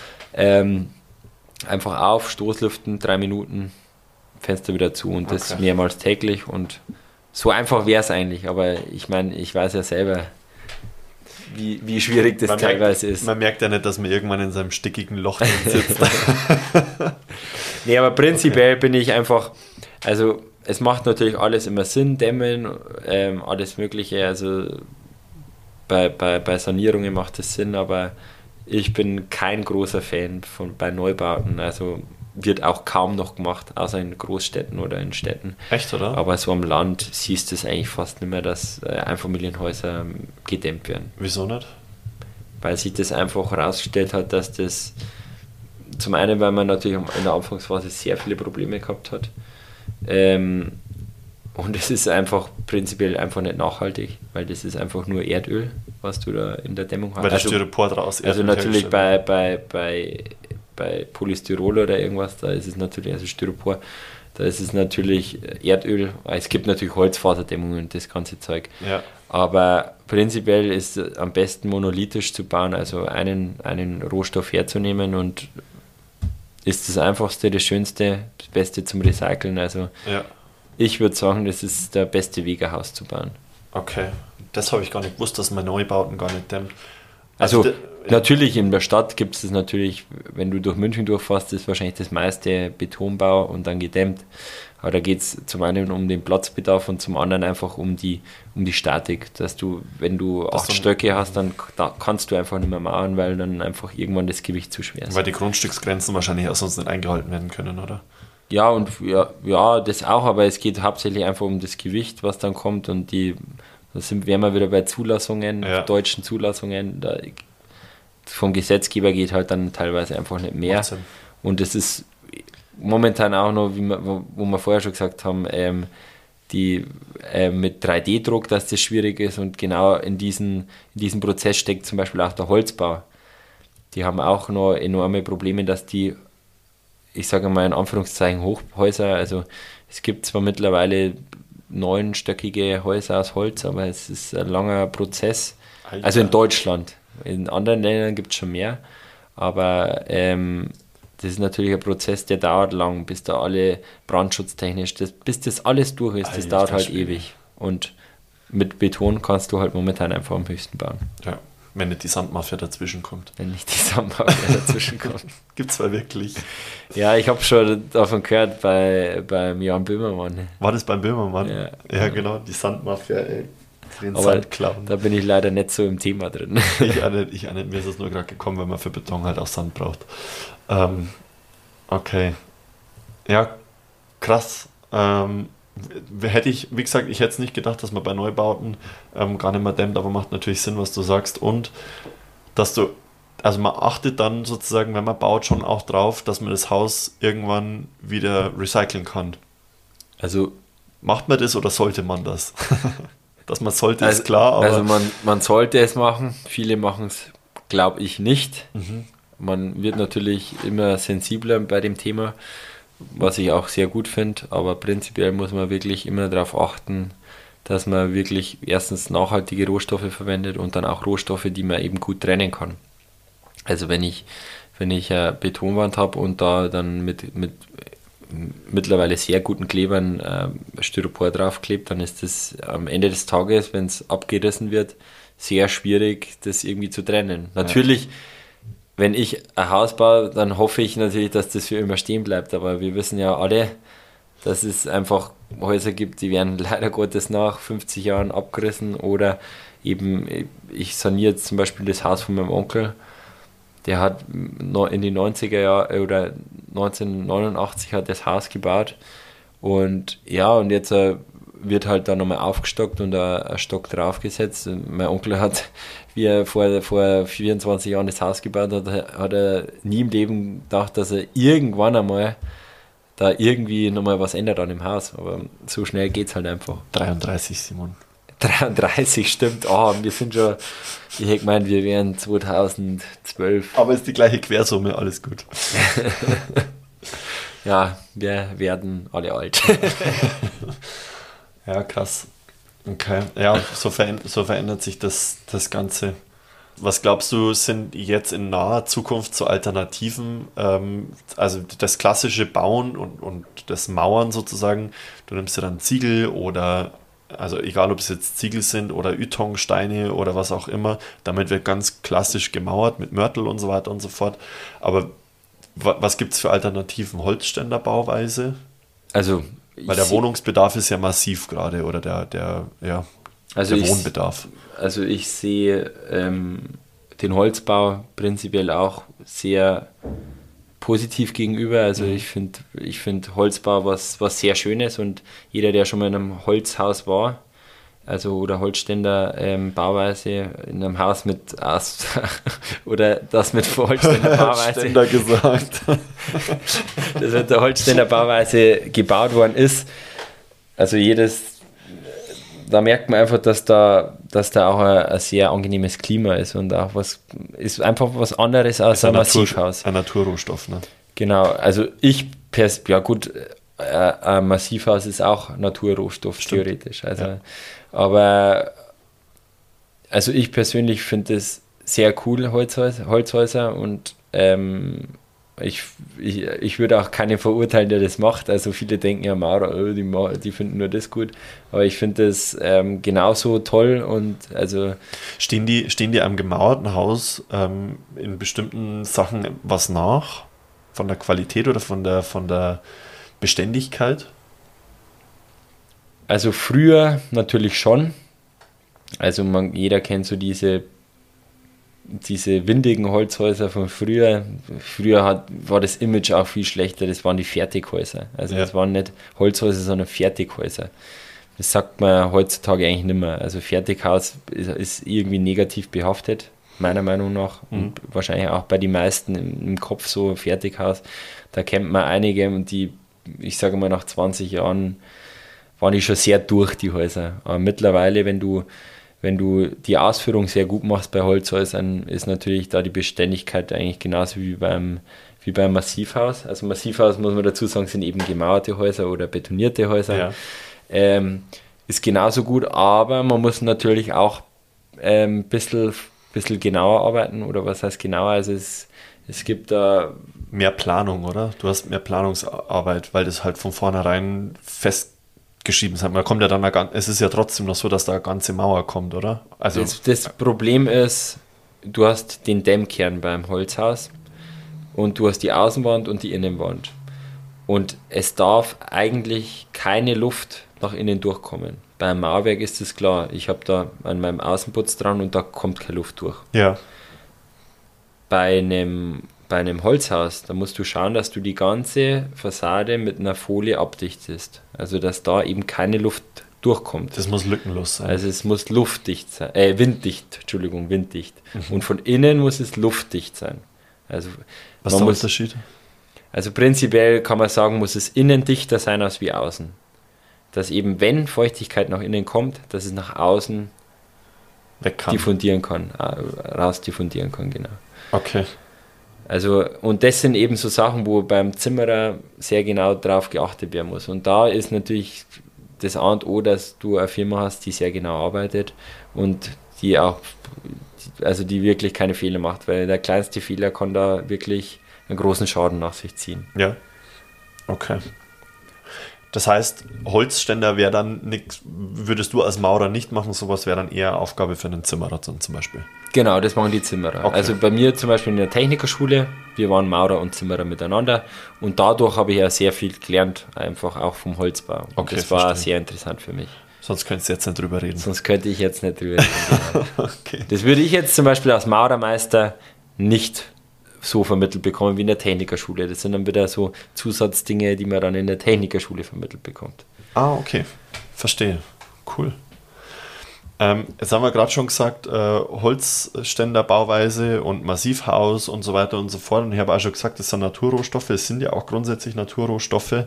Einfach auf, Stoßlüften, 3 Minuten, Fenster wieder zu und das mehrmals täglich und so einfach wäre es eigentlich, aber ich meine, ich weiß ja selber, wie schwierig das teilweise ist. Man merkt ja nicht, dass man irgendwann in seinem stickigen Loch drin sitzt. Nee, aber prinzipiell bin ich einfach, also es macht natürlich alles immer Sinn, dämmen, alles mögliche, also bei Sanierungen macht es Sinn, aber ich bin kein großer Fan bei Neubauten, also wird auch kaum noch gemacht, außer in Großstädten oder in Städten. Echt, oder? Aber so am Land siehst du es eigentlich fast nicht mehr, dass Einfamilienhäuser gedämmt werden. Wieso nicht? Weil sich das einfach herausgestellt hat, dass das zum einen, weil man natürlich in der Anfangsphase sehr viele Probleme gehabt hat und es ist einfach prinzipiell einfach nicht nachhaltig, weil das ist einfach nur Erdöl, was du da in der Dämmung hast. Weil das Styropor draus Also natürlich bei Polystyrol oder irgendwas, da ist es natürlich, also Styropor, da ist es natürlich Erdöl. Es gibt natürlich Holzfaserdämmungen und das ganze Zeug. Ja. Aber prinzipiell ist es am besten monolithisch zu bauen, also einen Rohstoff herzunehmen und ist das Einfachste, das Schönste, das Beste zum Recyceln. Also ich würde sagen, das ist der beste Weg, ein Haus zu bauen. Okay, das habe ich gar nicht gewusst, dass man Neubauten gar nicht dämmt. Also natürlich in der Stadt gibt es das natürlich, wenn du durch München durchfährst, ist wahrscheinlich das meiste Betonbau und dann gedämmt. Aber da geht es zum einen um den Platzbedarf und zum anderen einfach um die Statik, dass du, wenn du 8 Stöcke hast, dann kannst du einfach nicht mehr mauern, weil dann einfach irgendwann das Gewicht zu schwer ist. Weil die Grundstücksgrenzen wahrscheinlich auch sonst nicht eingehalten werden können, oder? Ja, und ja, das auch, aber es geht hauptsächlich einfach um das Gewicht, was dann kommt und wären wir wieder bei Zulassungen, deutschen Zulassungen, vom Gesetzgeber geht halt dann teilweise einfach nicht mehr. Und es ist momentan auch noch, wo wir vorher schon gesagt haben, die mit 3D-Druck, dass das schwierig ist, und genau in diesem Prozess steckt zum Beispiel auch der Holzbau. Die haben auch noch enorme Probleme, dass die, ich sage mal in Anführungszeichen, Hochhäuser, also es gibt zwar mittlerweile 9-stöckige Häuser aus Holz, aber es ist ein langer Prozess. Alter. Also in Deutschland. In anderen Ländern gibt es schon mehr, aber das ist natürlich ein Prozess, der dauert lang, bis da alle brandschutztechnisch, bis das alles durch ist, das dauert halt ewig. Und mit Beton kannst du halt momentan einfach am höchsten bauen. Ja, wenn nicht die Sandmafia dazwischen kommt. Wenn nicht die Sandmafia dazwischen kommt. Gibt's zwar wirklich. Ja, ich habe schon davon gehört beim Jan Böhmermann. War das beim Böhmermann? Ja, genau, die Sandmafia, ey. Aber da bin ich leider nicht so im Thema drin. Ich auch nicht. Mir ist es nur gerade gekommen, weil man für Beton halt auch Sand braucht. Okay. Ja, krass. Hätte ich, wie gesagt, ich hätte es nicht gedacht, dass man bei Neubauten gar nicht mehr dämmt, aber macht natürlich Sinn, was du sagst. Und dass also man achtet dann sozusagen, wenn man baut, schon auch drauf, dass man das Haus irgendwann wieder recyceln kann. Also macht man das oder sollte man das? Dass man sollte, ist klar. Aber also man sollte es machen. Viele machen es, glaube ich, nicht. Man wird natürlich immer sensibler bei dem Thema, was ich auch sehr gut finde. Aber prinzipiell muss man wirklich immer darauf achten, dass man wirklich erstens nachhaltige Rohstoffe verwendet und dann auch Rohstoffe, die man eben gut trennen kann. Also wenn ich eine Betonwand habe und da dann mit mittlerweile sehr guten Klebern Styropor draufklebt, dann ist das am Ende des Tages, wenn es abgerissen wird, sehr schwierig, das irgendwie zu trennen. Natürlich, wenn ich ein Haus baue, dann hoffe ich natürlich, dass das für immer stehen bleibt, aber wir wissen ja alle, dass es einfach Häuser gibt, die werden leider Gottes nach 50 Jahren abgerissen, oder eben, ich saniere jetzt zum Beispiel das Haus von meinem Onkel. Der hat in den 90er Jahren oder 1989 hat das Haus gebaut, und ja, und jetzt wird halt da nochmal aufgestockt und ein Stock draufgesetzt. Mein Onkel hat, wie er vor 24 Jahren das Haus gebaut hat er nie im Leben gedacht, dass er irgendwann einmal da irgendwie nochmal was ändert an dem Haus, aber so schnell geht es halt einfach. 33, Simon. 33, stimmt. Wir sind schon, ich hätte gemeint, wir wären 2012. Aber ist die gleiche Quersumme, alles gut. Ja, wir werden alle alt. Ja, krass. Okay, ja, so verändert sich das Ganze. Was glaubst du, sind jetzt in naher Zukunft so Alternativen, also das klassische Bauen und das Mauern sozusagen, du nimmst ja dann Ziegel oder, also egal ob es jetzt Ziegel sind oder Ytongsteine oder was auch immer, damit wird ganz klassisch gemauert mit Mörtel und so weiter und so fort. Aber was gibt es für Alternativen? Holzständerbauweise? Also weil der Wohnungsbedarf ist ja massiv gerade, oder der Wohnbedarf. Also ich sehe den Holzbau prinzipiell auch sehr positiv gegenüber. Also ich finde Holzbau was sehr Schönes, und jeder, der schon mal in einem Holzhaus war, also oder Holzständer Bauweise in einem Haus mit oder das mit Holzständer Bauweise Ständer gesagt. Das mit der Holzständer Bauweise gebaut worden ist. Also da merkt man einfach, dass da auch ein sehr angenehmes Klima ist und auch ist einfach was anderes als ein Massivhaus. Ein Naturrohstoff, ne? Genau, also ein Massivhaus ist auch Naturrohstoff, stimmt, theoretisch. Also, ja. Aber also ich persönlich finde es sehr cool, Holzhäuser, und ich würde auch keinen verurteilen, der das macht. Also viele denken ja, Maurer, die finden nur das gut. Aber ich finde das genauso toll. Und also stehen die einem gemauerten Haus in bestimmten Sachen was nach? Von der Qualität oder von der Beständigkeit? Also früher natürlich schon. Also jeder kennt so diese windigen Holzhäuser von früher. Früher war das Image auch viel schlechter, das waren die Fertighäuser. Also das waren nicht Holzhäuser, sondern Fertighäuser. Das sagt man heutzutage eigentlich nicht mehr. Also Fertighaus ist irgendwie negativ behaftet, meiner Meinung nach. Und wahrscheinlich auch bei den meisten im Kopf so Fertighaus. Da kennt man einige und die, ich sage mal, nach 20 Jahren waren die schon sehr durch, die Häuser. Aber mittlerweile, wenn du die Ausführung sehr gut machst bei Holzhäusern, ist natürlich da die Beständigkeit eigentlich genauso wie beim Massivhaus. Also Massivhaus, muss man dazu sagen, sind eben gemauerte Häuser oder betonierte Häuser. Ja. Ist genauso gut, aber man muss natürlich auch ein bisschen genauer arbeiten, oder was heißt genauer? Also es gibt da mehr Planung, oder? Du hast mehr Planungsarbeit, weil das halt von vornherein festgeschrieben ist. Man kommt ja dann, es ist ja trotzdem noch so, dass da eine ganze Mauer kommt, oder? Also das Problem ist, du hast den Dämmkern beim Holzhaus und du hast die Außenwand und die Innenwand. Und es darf eigentlich keine Luft nach innen durchkommen. Beim Mauerwerk ist es klar, ich habe da an meinem Außenputz dran und da kommt keine Luft durch. Ja. Bei einem Holzhaus, da musst du schauen, dass du die ganze Fassade mit einer Folie abdichtest. Also dass da eben keine Luft durchkommt. Das muss lückenlos sein. Also es muss luftdicht sein, winddicht. Und von innen muss es luftdicht sein. Also was ist der Unterschied? Also prinzipiell kann man sagen, muss es innen dichter sein als wie außen. Dass eben, wenn Feuchtigkeit nach innen kommt, dass es nach außen diffundieren kann, rausdiffundieren kann, genau. Okay. Also, und das sind eben so Sachen, wo beim Zimmerer sehr genau drauf geachtet werden muss. Und da ist natürlich das A und O, dass du eine Firma hast, die sehr genau arbeitet und die wirklich keine Fehler macht, weil der kleinste Fehler kann da wirklich einen großen Schaden nach sich ziehen. Ja. Okay. Das heißt, Holzständer wäre dann nichts, würdest du als Maurer nicht machen, sowas wäre dann eher Aufgabe für einen Zimmerer zum Beispiel. Genau, das machen die Zimmerer. Okay. Also bei mir zum Beispiel in der Technikerschule, wir waren Maurer und Zimmerer miteinander und dadurch habe ich ja sehr viel gelernt, einfach auch vom Holzbau. Und okay, das war sehr interessant für mich. Sonst könntest du jetzt nicht drüber reden. Sonst könnte ich jetzt nicht drüber reden. Genau. Okay. Das würde ich jetzt zum Beispiel als Maurermeister nicht so vermittelt bekommen wie in der Technikerschule. Das sind dann wieder so Zusatzdinge, die man dann in der Technikerschule vermittelt bekommt. Ah, okay. Verstehe. Cool. Jetzt haben wir gerade schon gesagt, Holzständerbauweise und Massivhaus und so weiter und so fort. Und ich habe auch schon gesagt, das sind Naturrohstoffe. Es sind ja auch grundsätzlich Naturrohstoffe.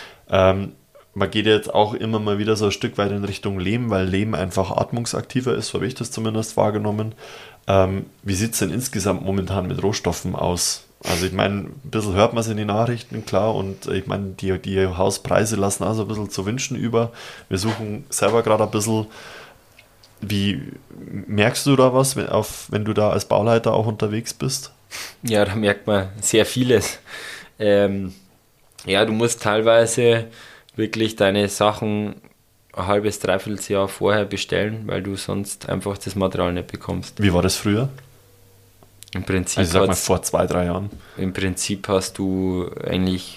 Man geht jetzt auch immer mal wieder so ein Stück weit in Richtung Lehm, weil Lehm einfach atmungsaktiver ist, so habe ich das zumindest wahrgenommen. Wie sieht es denn insgesamt momentan mit Rohstoffen aus? Also ich meine, ein bisschen hört man es in den Nachrichten, klar, und ich meine, die Hauspreise lassen also ein bisschen zu wünschen über. Wir suchen selber gerade ein bisschen. Wie merkst du da was, wenn du da als Bauleiter auch unterwegs bist? Ja, da merkt man sehr vieles. Ja, du musst teilweise wirklich deine Sachen ein halbes, dreiviertel Jahr vorher bestellen, weil du sonst einfach das Material nicht bekommst. Wie war das früher? Im Prinzip also sag mal vor 2-3 Jahren. Im Prinzip hast du eigentlich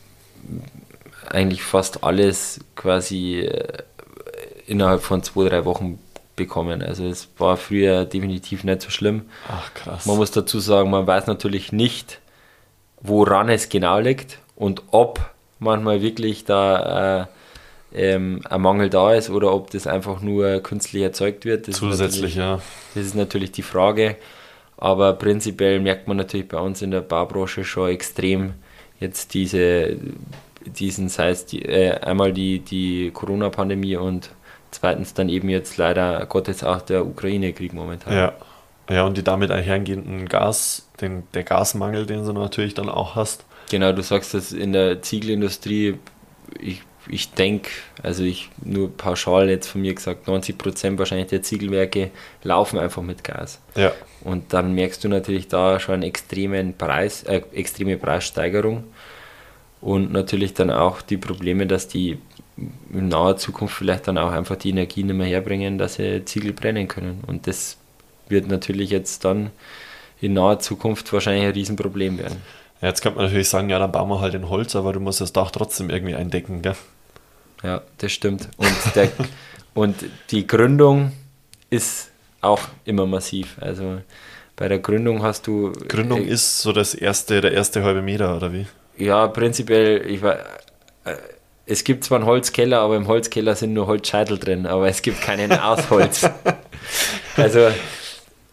fast alles quasi innerhalb von 2-3 Wochen bekommen. Also es war früher definitiv nicht so schlimm. Ach krass. Man muss dazu sagen, man weiß natürlich nicht, woran es genau liegt und ob manchmal wirklich da ein Mangel da ist oder ob das einfach nur künstlich erzeugt wird. Das zusätzlich, ja. Das ist natürlich die Frage. Aber prinzipiell merkt man natürlich bei uns in der Baubranche schon extrem jetzt sei es einmal die Corona-Pandemie und zweitens dann eben jetzt leider Gottes auch der Ukraine-Krieg momentan. Ja, und die damit einhergehenden der Gasmangel, den du natürlich dann auch hast. Genau, du sagst das in der Ziegelindustrie, ich denke, also nur pauschal jetzt von mir gesagt, 90% wahrscheinlich der Ziegelwerke laufen einfach mit Gas. Ja. Und dann merkst du natürlich da schon eine extreme Preissteigerung und natürlich dann auch die Probleme, dass die in naher Zukunft vielleicht dann auch einfach die Energie nicht mehr herbringen, dass sie Ziegel brennen können. Und das wird natürlich jetzt dann in naher Zukunft wahrscheinlich ein Riesenproblem werden. Ja, jetzt könnte man natürlich sagen, ja, dann bauen wir halt in Holz, aber du musst das Dach trotzdem irgendwie eindecken, gell? Ja, das stimmt. Und die Gründung ist auch immer massiv. Also bei der Gründung hast du... Gründung ist so der erste halbe Meter, oder wie? Ja, prinzipiell, es gibt zwar einen Holzkeller, aber im Holzkeller sind nur Holzscheitel drin, aber es gibt keinen aus Holz. Also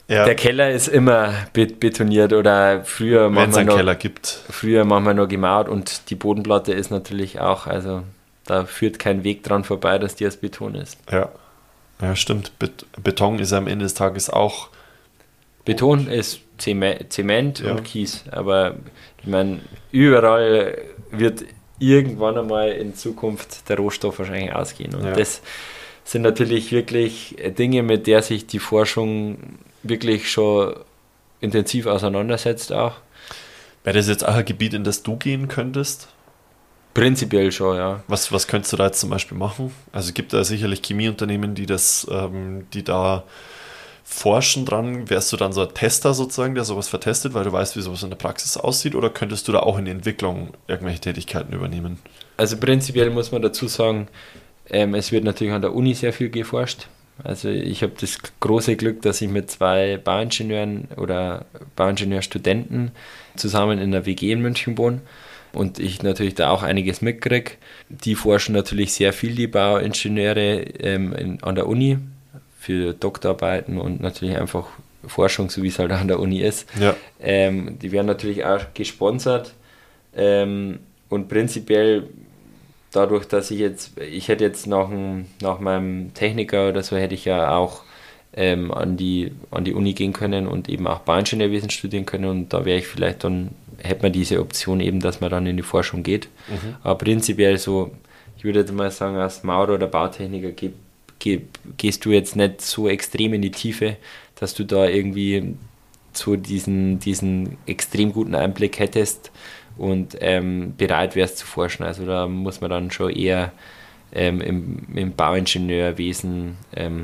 Ja. Der Keller ist immer betoniert oder früher Wenn es einen noch, Keller gibt. früher manchmal noch gemauert und die Bodenplatte ist natürlich auch, also da führt kein Weg dran vorbei, dass die aus Beton ist. Ja, ja stimmt. Beton ist am Ende des Tages auch... Beton ist Zement Ja. und Kies, aber ich meine, überall wird irgendwann einmal in Zukunft der Rohstoff wahrscheinlich ausgehen. Und Ja. das sind natürlich wirklich Dinge, mit der sich die Forschung wirklich schon intensiv auseinandersetzt auch. Wäre das jetzt auch ein Gebiet, in das du gehen könntest? Prinzipiell schon, ja. Was könntest du da jetzt zum Beispiel machen? Also es gibt da sicherlich Chemieunternehmen, die da forschen dran. Wärst du dann so ein Tester sozusagen, der sowas vertestet, weil du weißt, wie sowas in der Praxis aussieht? Oder könntest du da auch in die Entwicklung irgendwelche Tätigkeiten übernehmen? Also prinzipiell muss man dazu sagen, es wird natürlich an der Uni sehr viel geforscht. Also ich habe das große Glück, dass ich mit 2 Bauingenieuren oder Bauingenieurstudenten zusammen in der WG in München wohne und ich natürlich da auch einiges mitkriege. Die forschen natürlich sehr viel, die Bauingenieure an der Uni für Doktorarbeiten und natürlich einfach Forschung, so wie es halt an der Uni ist. Ja. Die werden natürlich auch gesponsert und prinzipiell dadurch, dass ich hätte jetzt nach meinem Techniker oder so, hätte ich ja auch an die Uni gehen können und eben auch Bauingenieurwesen studieren können und da wäre ich vielleicht dann, hätte man diese Option eben, dass man dann in die Forschung geht. Aber prinzipiell so, ich würde jetzt mal sagen, als Maurer oder Bautechniker gehst du jetzt nicht so extrem in die Tiefe, dass du da irgendwie so diesen extrem guten Einblick hättest und bereit wärst zu forschen. Also da muss man dann schon eher im Bauingenieurwesen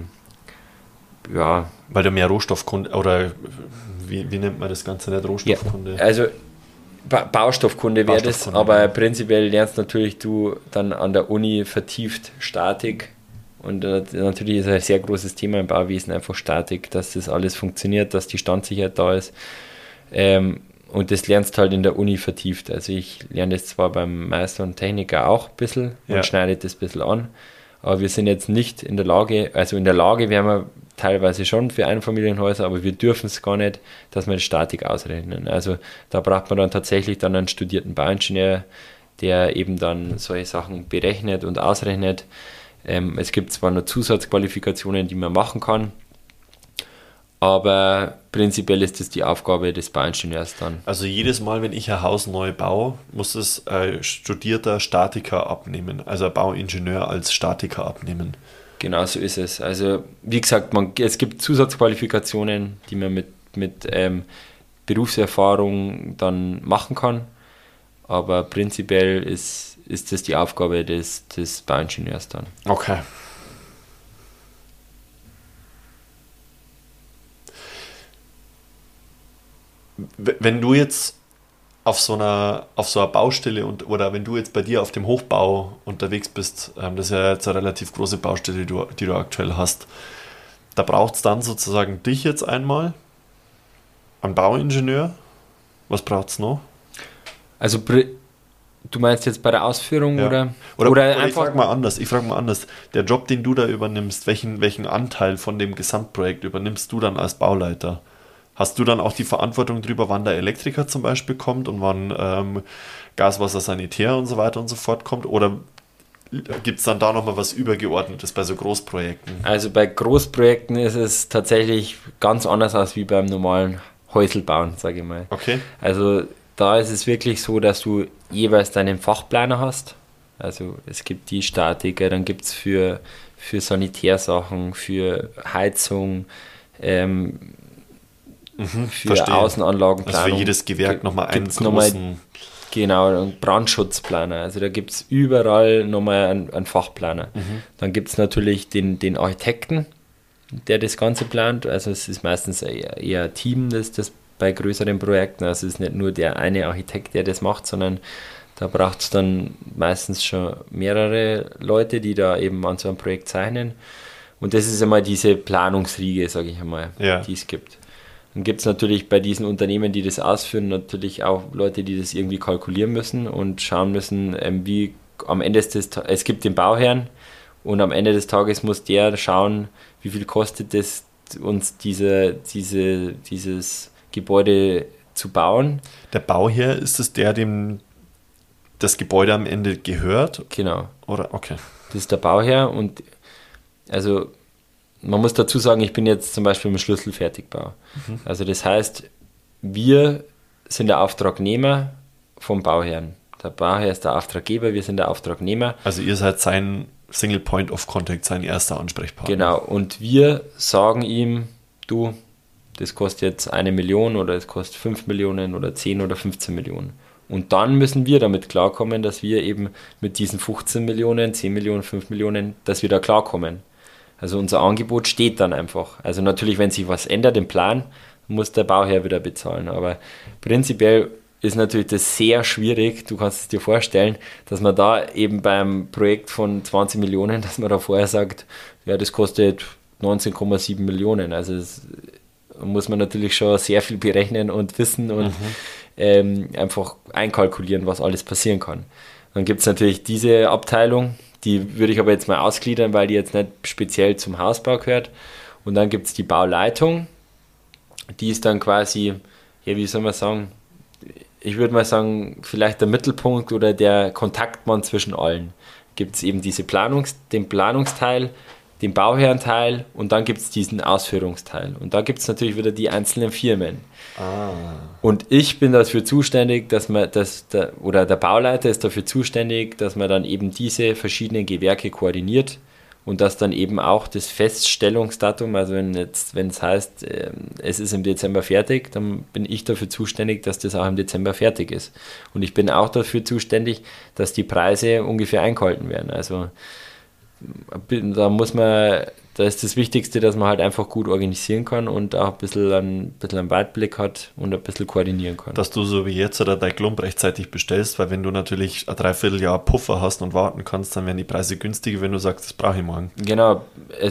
ja. Weil du mehr Rohstoffkunde, oder wie nennt man das Ganze nicht, Rohstoffkunde? Ja, also Baustoffkunde wäre das, Baustoffkunde, aber ja. prinzipiell lernst natürlich du dann an der Uni vertieft Statik und natürlich ist ein sehr großes Thema im Bauwesen einfach Statik, dass das alles funktioniert, dass die Standsicherheit da ist. Und das lernst halt in der Uni vertieft. Also ich lerne das zwar beim Meister und Techniker auch ein bisschen und Ja. schneide das ein bisschen an, aber wir sind jetzt nicht in der Lage, also in der Lage wären wir teilweise schon für Einfamilienhäuser, aber wir dürfen es gar nicht, dass wir die Statik ausrechnen. Also da braucht man dann tatsächlich dann einen studierten Bauingenieur, der eben dann solche Sachen berechnet und ausrechnet. Es gibt zwar noch Zusatzqualifikationen, die man machen kann, aber prinzipiell ist das die Aufgabe des Bauingenieurs dann. Also jedes Mal, wenn ich ein Haus neu baue, muss es ein studierter Statiker abnehmen, also ein Bauingenieur als Statiker abnehmen. Genau so ist es. Also wie gesagt, es gibt Zusatzqualifikationen, die man mit Berufserfahrung dann machen kann, aber prinzipiell ist das die Aufgabe des Bauingenieurs dann. Okay. Wenn du jetzt auf so einer Baustelle oder wenn du jetzt bei dir auf dem Hochbau unterwegs bist, das ist ja jetzt eine relativ große Baustelle, die du aktuell hast, da braucht es dann sozusagen dich jetzt einmal, einen Bauingenieur. Was braucht es noch? Also du meinst jetzt bei der Ausführung Ja. oder ich einfach... frage mal anders. Der Job, den du da übernimmst, welchen Anteil von dem Gesamtprojekt übernimmst du dann als Bauleiter? Hast du dann auch die Verantwortung darüber, wann der Elektriker zum Beispiel kommt und wann Gas, Wasser, Sanitär und so weiter und so fort kommt? Oder gibt es dann da nochmal was Übergeordnetes bei so Großprojekten? Also bei Großprojekten ist es tatsächlich ganz anders als wie beim normalen Häuselbauen, sage ich mal. Okay. Also da ist es wirklich so, dass du jeweils deinen Fachplaner hast. Also es gibt die Statiker, dann gibt es für Sanitärsachen, für Heizung, für verstehe. Außenanlagenplanung. Also für jedes Gewerk nochmal einen gibt's nochmal, großen... genau, einen Brandschutzplaner. Also da gibt es überall nochmal einen Fachplaner. Dann gibt es natürlich den Architekten, der das Ganze plant. Also es ist meistens eher ein Team, das bei größeren Projekten, also es ist nicht nur der eine Architekt, der das macht, sondern da braucht es dann meistens schon mehrere Leute, die da eben an so einem Projekt zeichnen. Und das ist einmal diese Planungsriege, sage ich einmal, Ja. die es gibt. Dann gibt es natürlich bei diesen Unternehmen, die das ausführen, natürlich auch Leute, die das irgendwie kalkulieren müssen und schauen müssen, wie am Ende es gibt den Bauherrn und am Ende des Tages muss der schauen, wie viel kostet das uns dieses Gebäude zu bauen. Der Bauherr, ist es der, dem das Gebäude am Ende gehört? Genau. Oder? Okay. Das ist der Bauherr und also man muss dazu sagen, ich bin jetzt zum Beispiel im Schlüsselfertigbau. Also das heißt, wir sind der Auftragnehmer vom Bauherrn. Der Bauherr ist der Auftraggeber, wir sind der Auftragnehmer. Also ihr seid sein Single Point of Contact, sein erster Ansprechpartner. Genau, und wir sagen ihm, du, das kostet jetzt 1 Million oder es kostet 5 Millionen oder 10 oder 15 Millionen. Und dann müssen wir damit klarkommen, dass wir eben mit diesen 15 Millionen, 10 Millionen, 5 Millionen, dass wir da klarkommen. Also unser Angebot steht dann einfach. Also natürlich, wenn sich was ändert im Plan, muss der Bauherr wieder bezahlen. Aber prinzipiell ist natürlich das sehr schwierig. Du kannst es dir vorstellen, dass man da eben beim Projekt von 20 Millionen, dass man da vorher sagt, ja, das kostet 19,7 Millionen. Also das muss man natürlich schon sehr viel berechnen und wissen und einfach einkalkulieren, was alles passieren kann. Dann gibt es natürlich diese Abteilung, die würde ich aber jetzt mal ausgliedern, weil die jetzt nicht speziell zum Hausbau gehört. Und dann gibt es die Bauleitung, die ist dann quasi, ja, wie soll man sagen, ich würde mal sagen, vielleicht der Mittelpunkt oder der Kontaktmann zwischen allen. Gibt es eben den Planungsteil, den Bauherrenteil und dann gibt es diesen Ausführungsteil. Und da gibt es natürlich wieder die einzelnen Firmen. Und ich bin dafür zuständig, oder der Bauleiter ist dafür zuständig, dass man dann eben diese verschiedenen Gewerke koordiniert und dass dann eben auch das Feststellungsdatum, also wenn es heißt, es ist im Dezember fertig, dann bin ich dafür zuständig, dass das auch im Dezember fertig ist. Und ich bin auch dafür zuständig, dass die Preise ungefähr eingehalten werden. Also da ist das Wichtigste, dass man halt einfach gut organisieren kann und auch ein bisschen einen Weitblick hat und ein bisschen koordinieren kann. Dass du so wie jetzt oder dein Klump rechtzeitig bestellst, weil wenn du natürlich ein Dreivierteljahr Puffer hast und warten kannst, dann werden die Preise günstiger, wenn du sagst, das brauche ich morgen. Genau,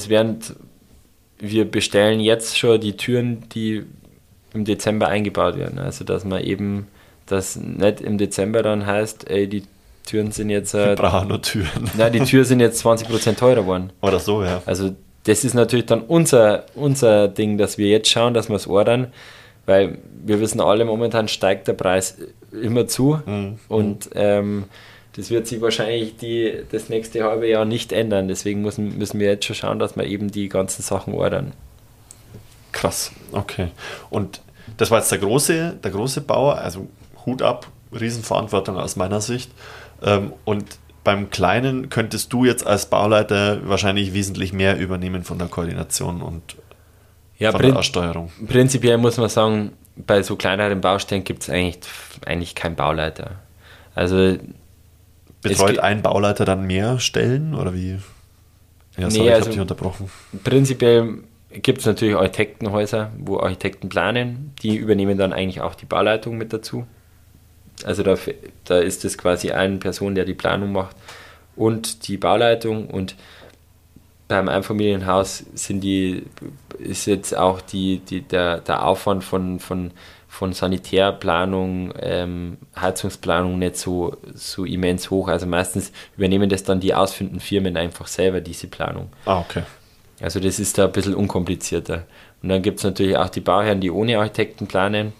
wir bestellen jetzt schon die Türen, die im Dezember eingebaut werden. Also dass man eben, das nicht im Dezember dann heißt, ey, die Türen sind jetzt... Wir brauchen nur Türen. Nein, die Türen sind jetzt 20% teurer geworden. Oder so, ja. Also das ist natürlich dann unser Ding, dass wir jetzt schauen, dass wir es ordern, weil wir wissen alle, momentan steigt der Preis immer zu und das wird sich wahrscheinlich das nächste halbe Jahr nicht ändern. Deswegen müssen wir jetzt schon schauen, dass wir eben die ganzen Sachen ordern. Krass, okay. Und das war jetzt der große Bauer, also Hut ab, Riesenverantwortung aus meiner Sicht. Und beim Kleinen könntest du jetzt als Bauleiter wahrscheinlich wesentlich mehr übernehmen von der Koordination und von der Aussteuerung. Prinzipiell muss man sagen, bei so kleineren Baustellen gibt es eigentlich keinen Bauleiter. Also betreut ein Bauleiter dann mehr Stellen oder wie? Ja, sorry, ich habe dich unterbrochen. Prinzipiell gibt es natürlich Architektenhäuser, wo Architekten planen. Die übernehmen dann eigentlich auch die Bauleitung mit dazu. Also da ist es quasi eine Person, der die Planung macht und die Bauleitung. Und beim Einfamilienhaus ist jetzt auch der Aufwand von Sanitärplanung, Heizungsplanung nicht so immens hoch. Also meistens übernehmen das dann die ausführenden Firmen einfach selber, diese Planung. Okay. Also das ist da ein bisschen unkomplizierter. Und dann gibt es natürlich auch die Bauherren, die ohne Architekten planen.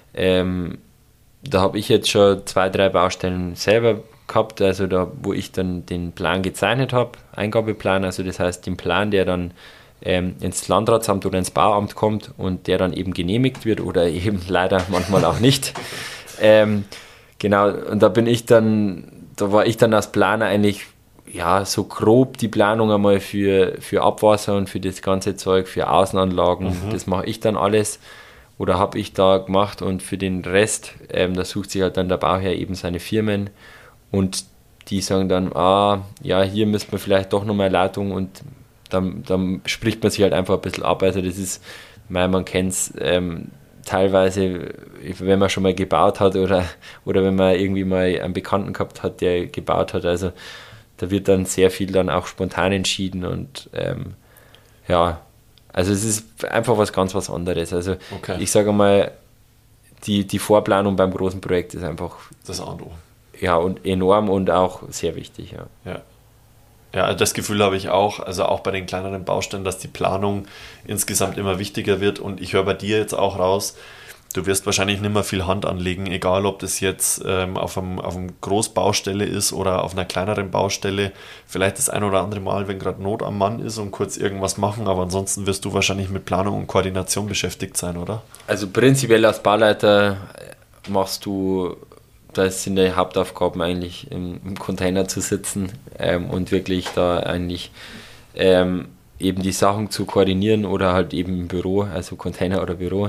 Da habe ich jetzt schon 2, 3 Baustellen selber gehabt, also da, wo ich dann den Plan gezeichnet habe, Eingabeplan, also das heißt den Plan, der dann ins Landratsamt oder ins Bauamt kommt und der dann eben genehmigt wird oder eben leider manchmal auch nicht. Genau, und da war ich dann als Planer eigentlich, ja, so grob die Planung einmal für Abwasser und für das ganze Zeug, für Außenanlagen, das mache ich dann alles. Oder habe ich da gemacht und für den Rest, da sucht sich halt dann der Bauherr eben seine Firmen und die sagen dann, ja, hier müsste man vielleicht doch nochmal Leitung und dann spricht man sich halt einfach ein bisschen ab. Also das ist, man kennt es teilweise, wenn man schon mal gebaut hat oder wenn man irgendwie mal einen Bekannten gehabt hat, der gebaut hat, also da wird dann sehr viel dann auch spontan entschieden und ja, also es ist einfach was anderes. Also okay. Ich sage mal, die Vorplanung beim großen Projekt ist einfach das A und O. Ja, und enorm und auch sehr wichtig. Ja. Ja, das Gefühl habe ich auch, also auch bei den kleineren Baustellen, dass die Planung insgesamt immer wichtiger wird und ich höre bei dir jetzt auch raus, du wirst wahrscheinlich nicht mehr viel Hand anlegen, egal ob das jetzt auf einem Großbaustelle ist oder auf einer kleineren Baustelle. Vielleicht das ein oder andere Mal, wenn gerade Not am Mann ist und kurz irgendwas machen, aber ansonsten wirst du wahrscheinlich mit Planung und Koordination beschäftigt sein, oder? Also prinzipiell als Bauleiter machst du, das sind die Hauptaufgaben eigentlich im Container zu sitzen und wirklich da eigentlich eben die Sachen zu koordinieren oder halt eben im Büro, also Container oder Büro.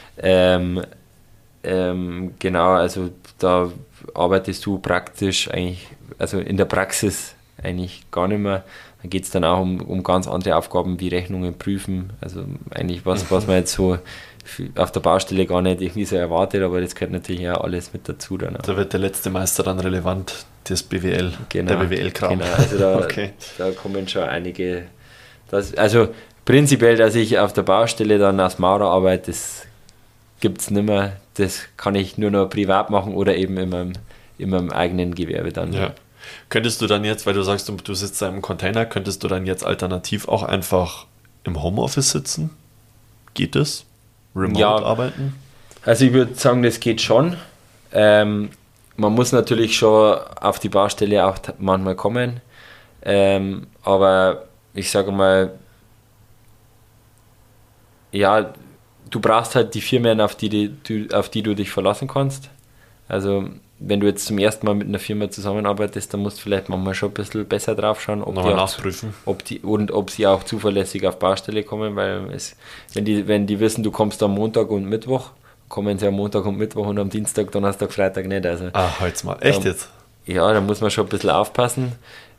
Genau, also da arbeitest du praktisch eigentlich, also in der Praxis eigentlich gar nicht mehr. Da geht es dann auch um ganz andere Aufgaben wie Rechnungen prüfen, also eigentlich was man jetzt so auf der Baustelle gar nicht irgendwie so erwartet, aber das gehört natürlich auch alles mit dazu dann auch. Da wird der letzte Meister dann relevant, das BWL, genau, der BWL-Kram. Genau, also da, okay. Da kommen schon einige, also prinzipiell, dass ich auf der Baustelle dann als Maurer arbeite, das gibt es nicht mehr, das kann ich nur noch privat machen oder eben in meinem eigenen Gewerbe dann. Ja. Könntest du dann jetzt, weil du sagst, du sitzt da im Container, könntest du dann jetzt alternativ auch einfach im Homeoffice sitzen? Geht das? Remote arbeiten? Also ich würde sagen, das geht schon. Man muss natürlich schon auf die Baustelle auch manchmal kommen. Aber ich sage mal, ja, du brauchst halt die Firmen, auf die du dich verlassen kannst. Also wenn du jetzt zum ersten Mal mit einer Firma zusammenarbeitest, dann musst du vielleicht manchmal schon ein bisschen besser drauf schauen, nachprüfen. Ob sie auch zuverlässig auf Baustelle kommen, weil wenn die wissen, du kommst am Montag und Mittwoch, kommen sie am Montag und Mittwoch und am Dienstag, Donnerstag, Freitag nicht. Also, halt's mal. Echt jetzt? Ja, da muss man schon ein bisschen aufpassen.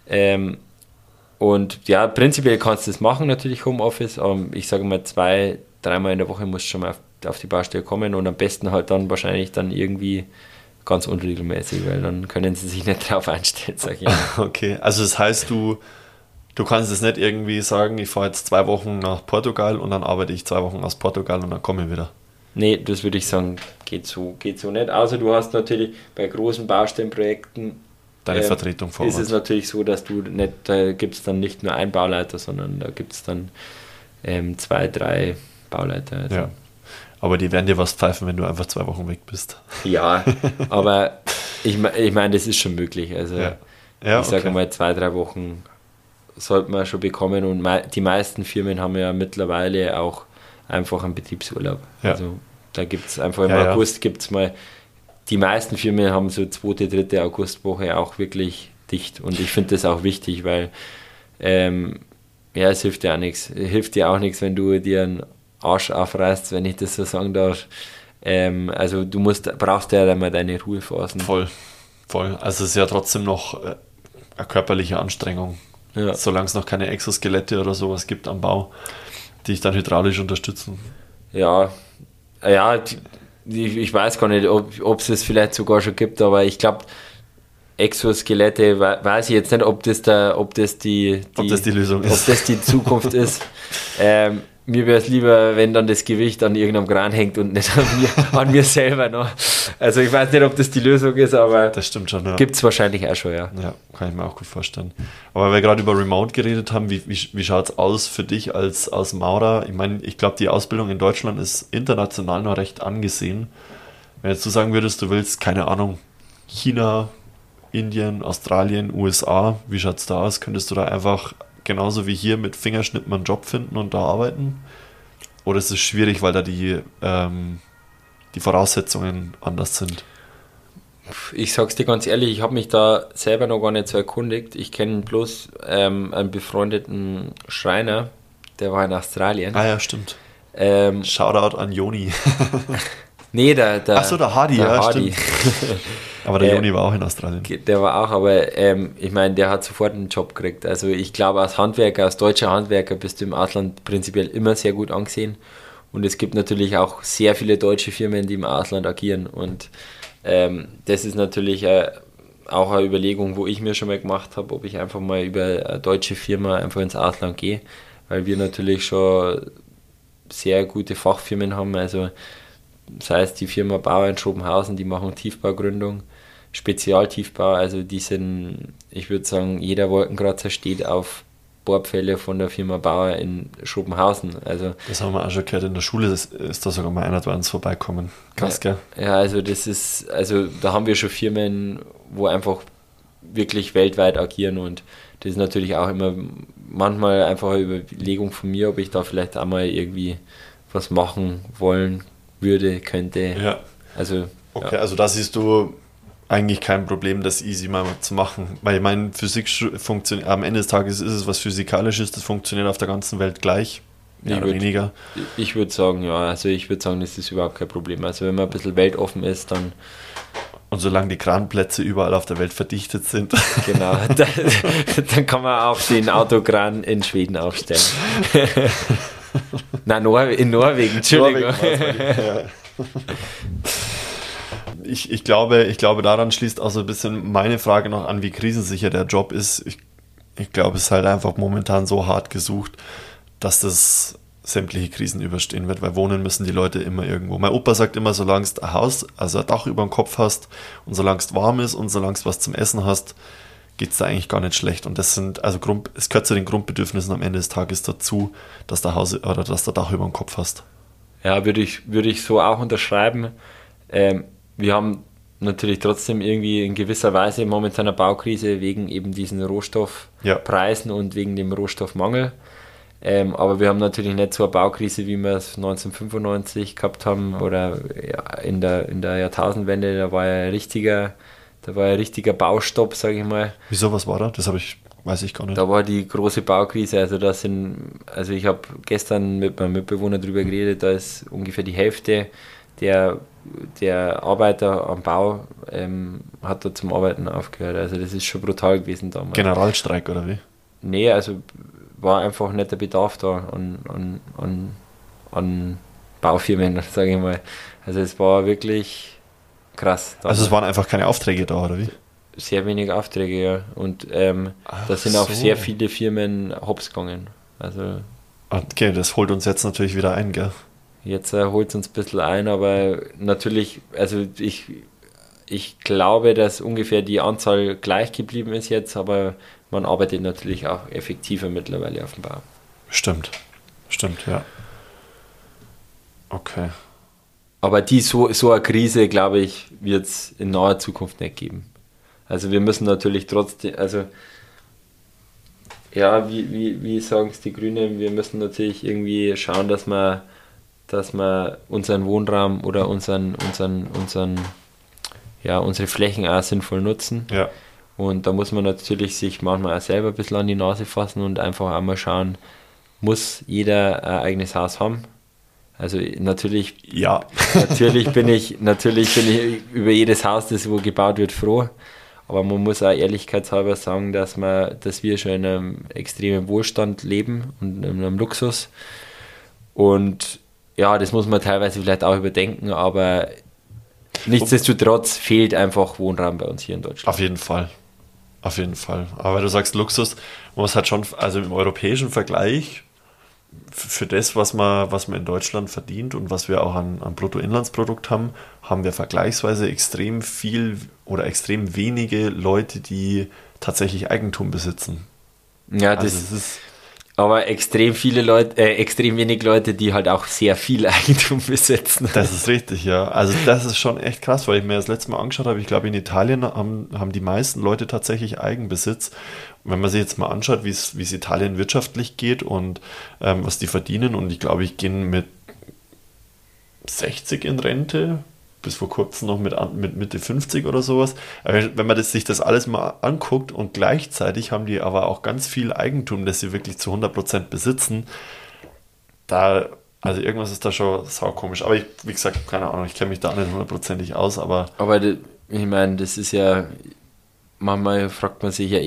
Und ja, prinzipiell kannst du das machen, natürlich Homeoffice, aber ich sage mal 2-3 Mal in der Woche musst du schon mal auf die Baustelle kommen und am besten halt dann wahrscheinlich dann irgendwie ganz unregelmäßig, weil dann können sie sich nicht drauf einstellen, sag ich. Okay, also das heißt, du kannst es nicht irgendwie sagen, ich fahre jetzt 2 Wochen nach Portugal und dann arbeite ich 2 Wochen aus Portugal und dann komme ich wieder. Nee, das würde ich sagen, geht so nicht. Außer du hast natürlich bei großen Baustellenprojekten deine Vertretung vor Ort. Ist es natürlich so, dass da gibt es dann nicht nur einen Bauleiter, sondern da gibt es dann 2-3 Bauleiter. Also. Ja. Aber die werden dir was pfeifen, wenn du einfach 2 Wochen weg bist. Ja, aber ich meine, das ist schon möglich. Also ich sage mal, 2-3 Wochen sollte man schon bekommen und die meisten Firmen haben ja mittlerweile auch einfach einen Betriebsurlaub. Ja. Also da gibt es einfach im August gibt es mal, die meisten Firmen haben so 2., 3. Augustwoche auch wirklich dicht und ich finde das auch wichtig, weil es hilft dir auch nichts. Hilft dir auch nichts, wenn du dir einen Arsch aufreißt, wenn ich das so sagen darf. Also du brauchst ja immer deine Ruhephasen. Voll. Also es ist ja trotzdem noch eine körperliche Anstrengung. Ja. Solange es noch keine Exoskelette oder sowas gibt am Bau, die dich dann hydraulisch unterstützen. Ja, ich weiß gar nicht, ob es das vielleicht sogar schon gibt, aber ich glaube, Exoskelette, weiß ich jetzt nicht, ob das die Lösung ist. Ob das die Zukunft ist. Mir wäre es lieber, wenn dann das Gewicht an irgendeinem Kran hängt und nicht an mir selber noch. Also ich weiß nicht, ob das die Lösung ist, aber das stimmt schon, ja. Gibt es wahrscheinlich auch schon, ja. Ja, kann ich mir auch gut vorstellen. Aber weil wir gerade über Remote geredet haben, wie schaut es aus für dich als Maurer? Ich meine, ich glaube, die Ausbildung in Deutschland ist international noch recht angesehen. Wenn jetzt du sagen würdest, du willst, keine Ahnung, China, Indien, Australien, USA, wie schaut es da aus? Könntest du da einfach genauso wie hier mit Fingerschnippen einen Job finden und da arbeiten? Oder ist es schwierig, weil da die Voraussetzungen anders sind? Ich sag's dir ganz ehrlich, ich habe mich da selber noch gar nicht so erkundigt. Ich kenne bloß einen befreundeten Schreiner, der war in Australien. Ah ja, stimmt. Shoutout an Joni. Nee, der Hardy, Hardy. Stimmt. Aber der Joni war auch in Australien. Der war auch, aber ich meine, der hat sofort einen Job gekriegt. Also ich glaube, als deutscher Handwerker bist du im Ausland prinzipiell immer sehr gut angesehen. Und es gibt natürlich auch sehr viele deutsche Firmen, die im Ausland agieren. Und das ist natürlich auch eine Überlegung, wo ich mir schon mal gemacht habe, ob ich einfach mal über eine deutsche Firma einfach ins Ausland gehe. Weil wir natürlich schon sehr gute Fachfirmen haben. Also sei es die Firma Bauer in Schopenhausen, die machen Tiefbaugründung. Spezialtiefbau, also die sind, ich würde sagen, jeder Wolkenkratzer steht auf Bohrpfähle von der Firma Bauer in Schopenhausen. Also, das haben wir auch schon gehört, in der Schule ist da sogar mal einer bei uns vorbeikommen. Krass, gell? Ja, also da haben wir schon Firmen, wo einfach wirklich weltweit agieren und das ist natürlich auch immer manchmal einfach eine Überlegung von mir, ob ich da vielleicht auch mal irgendwie was machen wollen würde, könnte. Ja. Also, okay, also da siehst du eigentlich kein Problem, das easy mal zu machen. Weil ich meine, Physik funktioniert, am Ende des Tages ist es was Physikalisches, das funktioniert auf der ganzen Welt gleich, mehr oder weniger. Ich würde sagen, ja, also ich würde sagen, das ist überhaupt kein Problem. Also wenn man ein bisschen weltoffen ist, dann... Und solange die Kranplätze überall auf der Welt verdichtet sind. Genau, dann kann man auch den Autokran in Schweden aufstellen. Nein, in Norwegen, Entschuldigung. Ich glaube, daran schließt auch so ein bisschen meine Frage noch an, wie krisensicher der Job ist. Ich glaube, es ist halt einfach momentan so hart gesucht, dass das sämtliche Krisen überstehen wird, weil wohnen müssen die Leute immer irgendwo. Mein Opa sagt immer, solange du ein Haus, also ein Dach über dem Kopf hast und solange es warm ist und solange du was zum Essen hast, geht es da eigentlich gar nicht schlecht. Und das sind, also es gehört zu den Grundbedürfnissen am Ende des Tages dazu, dass du dass du Dach über dem Kopf hast. Ja, würde ich so auch unterschreiben. Wir haben natürlich trotzdem irgendwie in gewisser Weise momentan eine Baukrise wegen eben diesen Rohstoffpreisen und wegen dem Rohstoffmangel. Aber wir haben natürlich nicht so eine Baukrise, wie wir es 1995 gehabt haben oder ja, in der Jahrtausendwende. Da war ja ein richtiger Baustopp, sage ich mal. Wieso, was war da? Das weiß ich gar nicht. Da war die große Baukrise. Also ich habe gestern mit meinem Mitbewohner darüber geredet, da ist ungefähr die Hälfte der Arbeiter am Bau hat da zum Arbeiten aufgehört. Also das ist schon brutal gewesen damals. Generalstreik oder wie? Nee, also war einfach nicht der Bedarf da an Baufirmen, sage ich mal. Also es war wirklich krass. Also es waren einfach keine Aufträge da, oder wie? Sehr wenig Aufträge, ja. Und da sind auch sehr viele Firmen hops gegangen. Also, okay, das holt uns jetzt natürlich wieder ein, gell? Jetzt holt es uns ein bisschen ein, aber natürlich, also ich glaube, dass ungefähr die Anzahl gleich geblieben ist jetzt, aber man arbeitet natürlich auch effektiver mittlerweile auf dem Bau. Stimmt, ja. Okay. Aber so eine Krise, glaube ich, wird es in naher Zukunft nicht geben. Also wir müssen natürlich trotzdem, also ja, wie sagen es die Grünen, wir müssen natürlich irgendwie schauen, dass wir unseren Wohnraum oder unsere Flächen auch sinnvoll nutzen. Ja. Und da muss man natürlich sich manchmal auch selber ein bisschen an die Nase fassen und einfach auch mal schauen, muss jeder ein eigenes Haus haben? Also natürlich, ja. natürlich bin ich über jedes Haus, das wo gebaut wird, froh. Aber man muss auch ehrlichkeitshalber sagen, dass wir schon in einem extremen Wohlstand leben und in einem Luxus. Und ja, das muss man teilweise vielleicht auch überdenken, aber nichtsdestotrotz fehlt einfach Wohnraum bei uns hier in Deutschland. Auf jeden Fall. Aber du sagst Luxus, man muss halt schon, also im europäischen Vergleich, für das, was man in Deutschland verdient und was wir auch an Bruttoinlandsprodukt haben wir vergleichsweise extrem viel oder extrem wenige Leute, die tatsächlich Eigentum besitzen. Ja, also das ist aber extrem wenig Leute, die halt auch sehr viel Eigentum besitzen. Das ist richtig, ja. Also das ist schon echt krass, weil ich mir das letzte Mal angeschaut habe, ich glaube in Italien haben die meisten Leute tatsächlich Eigenbesitz. Und wenn man sich jetzt mal anschaut, wie es Italien wirtschaftlich geht und was die verdienen, und ich glaube, ich gehe mit 60 in Rente, bis vor kurzem noch mit Mitte 50 oder sowas. Aber wenn man sich das alles mal anguckt und gleichzeitig haben die aber auch ganz viel Eigentum, das sie wirklich zu 100% besitzen, also irgendwas ist da schon saukomisch. Aber wie gesagt, keine Ahnung, ich kenne mich da nicht 100%ig aus, aber ich meine, das ist ja, manchmal fragt man sich ja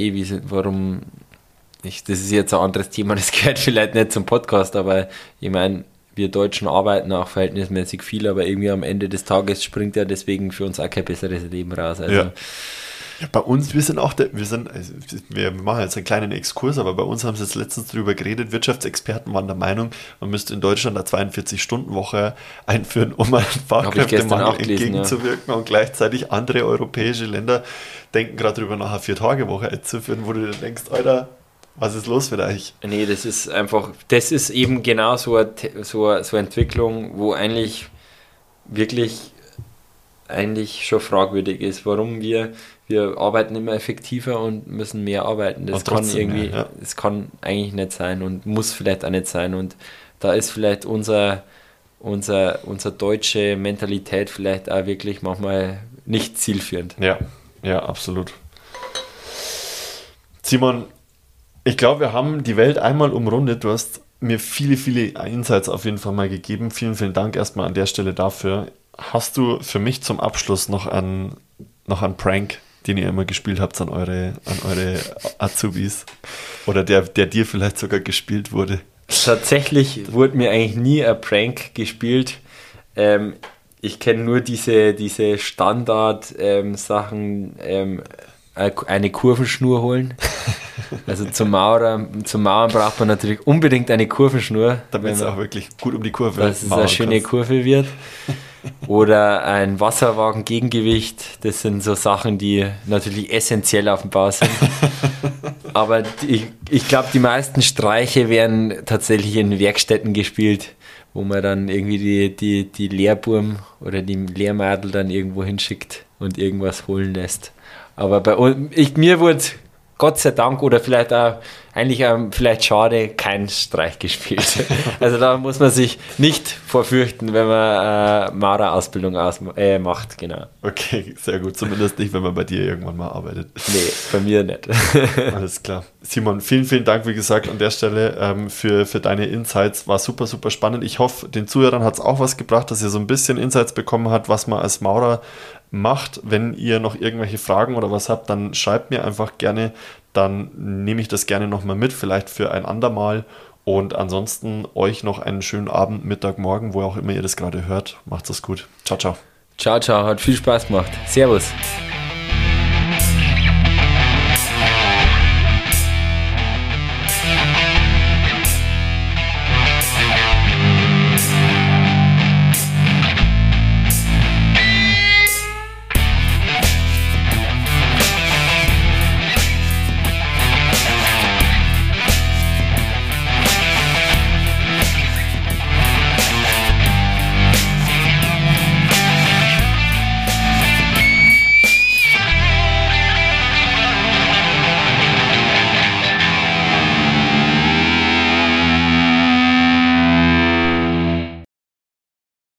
das ist jetzt ein anderes Thema, das gehört vielleicht nicht zum Podcast, aber ich meine, wir Deutschen arbeiten auch verhältnismäßig viel, aber irgendwie am Ende des Tages springt ja deswegen für uns auch kein besseres Leben raus. Also, Ja, bei uns, wir machen jetzt einen kleinen Exkurs, aber bei uns haben sie jetzt letztens darüber geredet, Wirtschaftsexperten waren der Meinung, man müsste in Deutschland eine 42-Stunden-Woche einführen, um einen Fachkräftemangel entgegenzuwirken, und gleichzeitig andere europäische Länder denken gerade darüber nach, eine 4-Tage-Woche einzuführen, wo du dir denkst, Alter, was ist los mit euch? Nee, das ist eben genau so eine Entwicklung, wo eigentlich wirklich schon fragwürdig ist, warum wir arbeiten immer effektiver und müssen mehr arbeiten. Das kann das kann eigentlich nicht sein und muss vielleicht auch nicht sein. Und da ist vielleicht unsere deutsche Mentalität vielleicht auch wirklich manchmal nicht zielführend. Ja, absolut. Simon, ich glaube, wir haben die Welt einmal umrundet. Du hast mir viele, viele Insights auf jeden Fall mal gegeben. Vielen, vielen Dank erstmal an der Stelle dafür. Hast du für mich zum Abschluss noch einen Prank, den ihr immer gespielt habt an eure Azubis? Oder der dir vielleicht sogar gespielt wurde? Tatsächlich wurde mir eigentlich nie ein Prank gespielt. Ich kenne nur diese Standard-Sachen, eine Kurvenschnur holen. Also zum Mauern braucht man natürlich unbedingt eine Kurvenschnur. Damit es auch wirklich gut um die Kurve dass es eine schöne Kurve wird. Oder ein Wasserwagen-Gegengewicht. Das sind so Sachen, die natürlich essentiell auf dem Bau sind. Aber ich glaube, die meisten Streiche werden tatsächlich in Werkstätten gespielt, wo man dann irgendwie die Lehrburm oder die Lehrmadel dann irgendwo hinschickt und irgendwas holen lässt. Aber mir wurde Gott sei Dank oder vielleicht auch vielleicht schade, kein Streich gespielt. Also da muss man sich nicht vorfürchten, wenn man Maurerausbildung macht, genau. Okay, sehr gut. Zumindest nicht, wenn man bei dir irgendwann mal arbeitet. Nee, bei mir nicht. Alles klar. Simon, vielen, vielen Dank, wie gesagt, an der Stelle für deine Insights. War super, super spannend. Ich hoffe, den Zuhörern hat es auch was gebracht, dass ihr so ein bisschen Insights bekommen habt, was man als Maurer macht. Wenn ihr noch irgendwelche Fragen oder was habt, dann schreibt mir einfach gerne. Dann nehme ich das gerne nochmal mit, vielleicht für ein andermal. Und ansonsten euch noch einen schönen Abend, Mittag, Morgen, wo auch immer ihr das gerade hört. Macht's es gut. Ciao, ciao. Ciao, ciao. Hat viel Spaß gemacht. Servus.